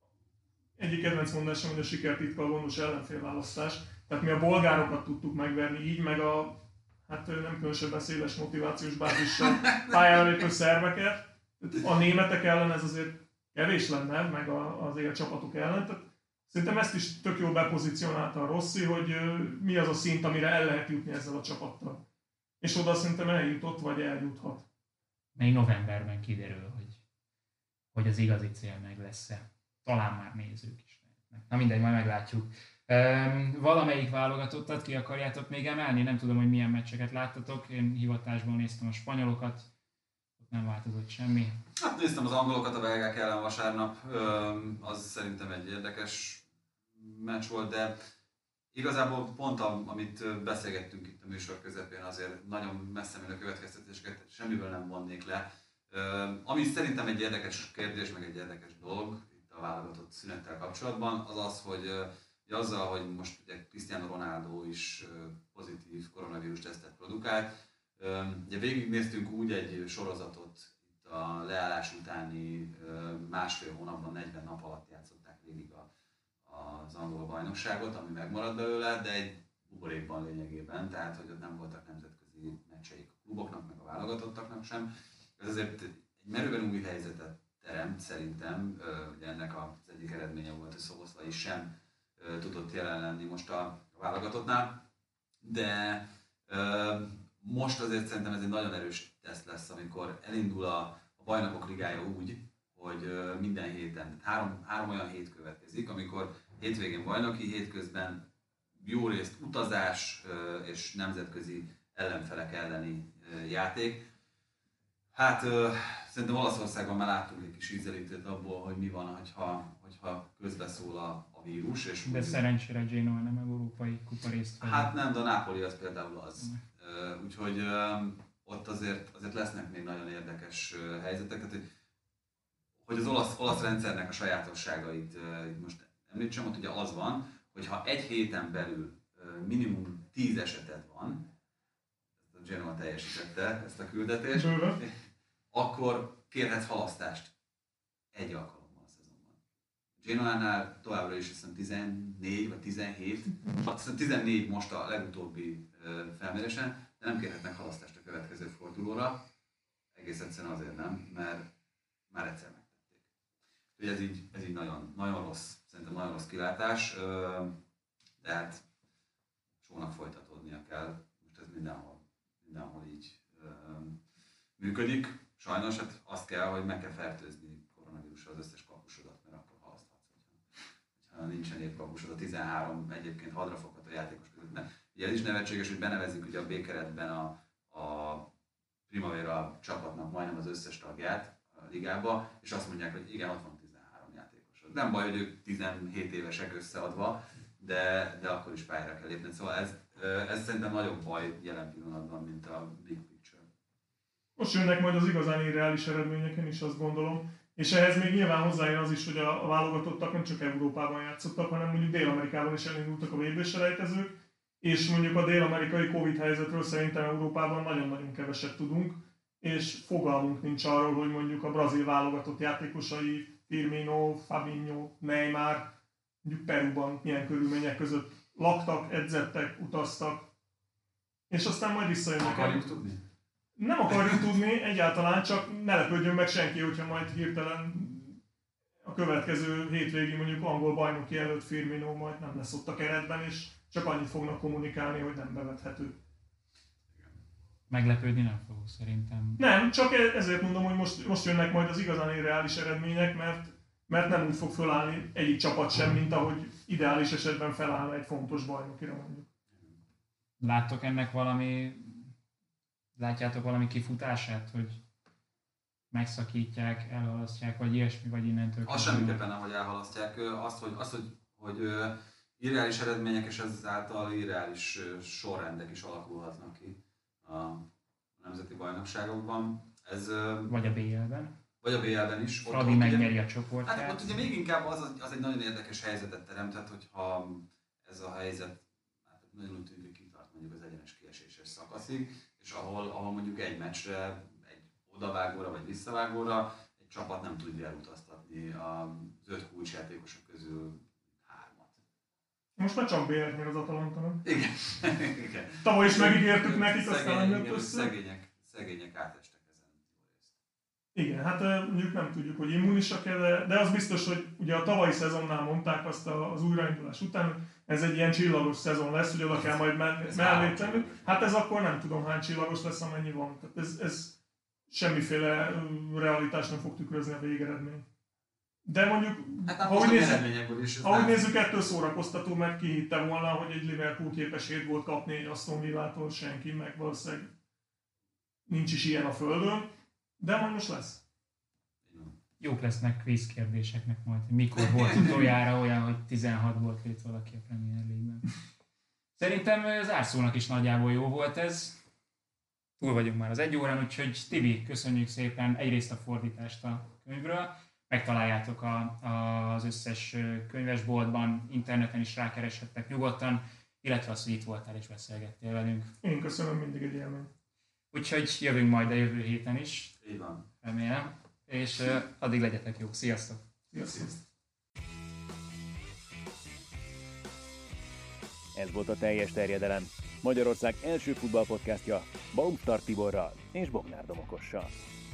egyik kedvenc mondásom, hogy a sikertitka a gondos ellenfélválasztás. Tehát mi a bolgárokat tudtuk megverni így, meg a hát nem különösebben széles motivációs bázissal pályára lépő szerveket. A németek ellen ez azért kevés lenne, meg az él csapatok ellen. Tehát szerintem ezt is tök jól bepozícionálta a Rossi, hogy mi az a szint, amire el lehet jutni ezzel a csapattal. És oda szerintem eljutott, vagy eljuthat. Még novemberben kiderül, hogy, hogy az igazi cél meg lesz-e. Talán már nézők is lehetnek. Na mindegy, majd meglátjuk. Um, valamelyik válogatottat ki akarjátok még emelni? Nem tudom, hogy milyen meccseket láttatok. Én hivatásból néztem a spanyolokat. Ott nem változott semmi. Hát néztem az angolokat a belgák ellen vasárnap. Az szerintem egy érdekes meccs volt, de igazából pont amit beszélgettünk itt a műsor közepén, azért nagyon messze menő következtetéseket semmiből nem vonnék le. Ami szerintem egy érdekes kérdés, meg egy érdekes dolog itt a válogatott szünettel kapcsolatban, az az, hogy azzal, hogy most ugye Cristiano Ronaldo is pozitív koronavírus tesztet produkált, ugye végignéztünk úgy egy sorozatot itt a leállás utáni másfél hónapban, negyven nap alatt játszották végig a, az angol bajnokságot, ami megmaradt belőle, de egy buborékban lényegében, tehát hogy ott nem voltak nemzetközi meccseik a kluboknak, meg a válogatottaknak sem. Ez azért egy merőben új helyzetet teremt szerintem, ugye ennek az egyik eredménye volt, hogy Szoboszlai sem tudott jelen lenni most a válogatottnál, de most azért szerintem ez egy nagyon erős teszt lesz, amikor elindul a, a bajnokok ligája úgy, hogy minden héten, három, három olyan hét következik, amikor hétvégén bajnoki, hétközben jó részt utazás és nemzetközi ellenfelek elleni játék. Hát szerintem Olaszországban már láttunk egy kis ízelítőt abból, hogy mi van, hogyha, hogyha közbeszól a, a vírus. És de úgy, szerencsére Genoa nem európai kupa részt vesz. Hát nem, de a Napoli az például az. Uh, úgyhogy uh, ott azért, azért lesznek még nagyon érdekes uh, helyzetek. Tehát, hogy, hogy az olasz, olasz rendszernek a sajátosságait uh, most említsem, ott ugye az van, hogy ha egy héten belül uh, minimum tíz eseted van, a Genoa teljesítette ezt a küldetést, akkor kérhetsz halasztást egy alkalommal a szezonban. Genoánál továbbra is hiszem tizennégy vagy tizenhét, azt tizennégy most a legutóbbi felmérésen, de nem kérhetnek halasztást a következő fordulóra. Egész egyszerűen azért nem, mert már egyszer megtették. Úgyhogy ez így, ez így nagyon, nagyon rossz, szerintem nagyon rossz kilátás, de hát sónak folytatódnia kell. Most ez mindenhol, mindenhol így működik. Sajnos hát azt kell, hogy meg kell fertőzni koronavírusra az összes kapusodat, mert akkor halaszthatsz. Ha nincsen épp kapusod, a tizenhárom egyébként hadrafogható játékos között. Ne. Ugye ez is nevetséges, hogy benevezzük ugye a B-keretben a, a Primavera csapatnak majdnem az összes tagját a ligába, és azt mondják, hogy igen, ott van tizenhárom játékosod. Nem baj, hogy ők tizenhét évesek összeadva, de, de akkor is pályára kell lépni. Szóval ez, ez szerintem nagyobb baj jelen pillanatban, mint a big picture. Most jönnek majd az igazán irreális eredményeken is, azt gondolom. És ehhez még nyilván hozzájön az is, hogy a, a válogatottak nem csak Európában játszottak, hanem mondjuk Dél-Amerikában is elindultak a vé bé-selejtezők, és mondjuk a dél-amerikai Covid helyzetről szerintem Európában nagyon-nagyon keveset tudunk, és fogalmunk nincs arról, hogy mondjuk a brazil válogatott játékosai, Firmino, Fabinho, Neymar, mondjuk Peruban milyen körülmények között laktak, edzettek, utaztak, és aztán majd visszajönnek. Akarjuk tudni? Nem akarjuk tudni, egyáltalán, csak ne lepődjön meg senki, hogyha majd hirtelen a következő hétvégi mondjuk angol bajnoki előtt Firmino majd nem lesz ott a keretben, és csak annyit fognak kommunikálni, hogy nem bevethető. Meglepődni nem fogok szerintem. Nem, csak ezért mondom, hogy most, most jönnek majd az igazán irreális eredmények, mert, mert nem úgy fog fölállni egyik csapat sem, mint ahogy ideális esetben felállna egy fontos bajnokira mondjuk. Láttok ennek valami, látjátok valami kifutását, hogy megszakítják, elhalasztják, vagy ilyesmi, vagy innentől? Azt semmiképpen nem, hogy elhalasztják. Azt, hogy, azt, hogy, hogy irreális eredmények és ezáltal irreális sorrendek is alakulhatnak ki a nemzeti bajnokságokban. Ez, vagy a bé el-ben. Vagy a bé el-ben is. Fradi megnyeri a csoportját. Hát ott ugye még inkább az, az egy nagyon érdekes helyzetet teremtett, hogyha ez a helyzet hát nagyon úgy tűnik, hogy kitart mondjuk az egyenes kieséses szakaszig, és ahol, ahol mondjuk egy meccsre, egy odavágóra vagy visszavágóra egy csapat nem tudja elutaztatni az öt kulcsjátékosok közül hármat. Most már csak bé el-t, mert az Atalanta, nem? Igen. Igen. Tavaly is megígértük nekik, aztán nem jött össze. Szegények, szegények átestek ezen. Igen, hát mondjuk nem tudjuk, hogy immunisak-e, de, de az biztos, hogy ugye a tavalyi szezonnál mondták azt az újraindulás után, hogy ez egy ilyen csillagos szezon lesz, hogy oda kell majd mellé tenni. Hát ez akkor nem tudom hány csillagos lesz, amennyi van. Tehát ez, ez semmiféle realitást nem fog tükrözni a végeredmény. De mondjuk, hát ha úgy nézzük, is, ahogy nézzük, ettől szórakoztató, mert ki hitte volna, hogy egy Liverpool képes hét gólt kapni egy Aston Villától senki, meg valószínűleg nincs is ilyen a földön, de majd most lesz. Jók lesznek quiz kérdéseknek majd, mikor volt utoljára olyan, hogy tizenhat volt lét valaki a Premier League-ben. Szerintem az árszónak is nagyjából jó volt ez. Túl vagyunk már az egy órán, úgyhogy Tibi, köszönjük szépen egyrészt a fordítást a könyvről. Megtaláljátok a, a, az összes könyvesboltban, interneten is rákereshettek nyugodtan, illetve az, hogy itt voltál és beszélgettél velünk. Én köszönöm, mindig egy élmény. Úgyhogy jövünk majd a jövő héten is. Így van. Remélem. És uh, addig legyetek jók. Sziasztok! Sziasztok! Ez volt a Teljes Terjedelem, Magyarország első futballpodcastja Baumstark Tiborral és Bognár Domokossal.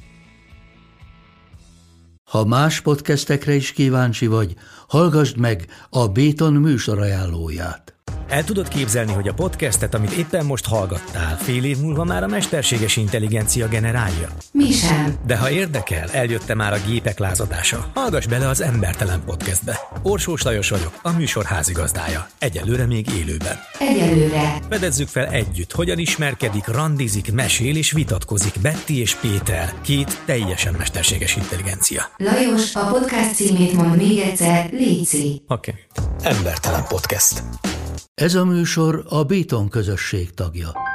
Ha más podcastekre is kíváncsi vagy, hallgassd meg a Béton műsor ajánlóját. El tudod képzelni, hogy a podcastet, amit éppen most hallgattál, fél év múlva már a mesterséges intelligencia generálja? Mi sem. De ha érdekel, eljött már a gépek lázadása. Hallgass bele az Embertelen podcastbe. Orsós Lajos vagyok, a műsor házigazdája. Egyelőre még élőben. Egyelőre. Fedezzük fel együtt, hogyan ismerkedik, randizik, mesél és vitatkozik Betty és Péter, két teljesen mesterséges intelligencia. Lajos, a podcast címét mond még egyszer, léci. Oké. Okay. Embertelen podcast. Ez a műsor a Béton közösség tagja.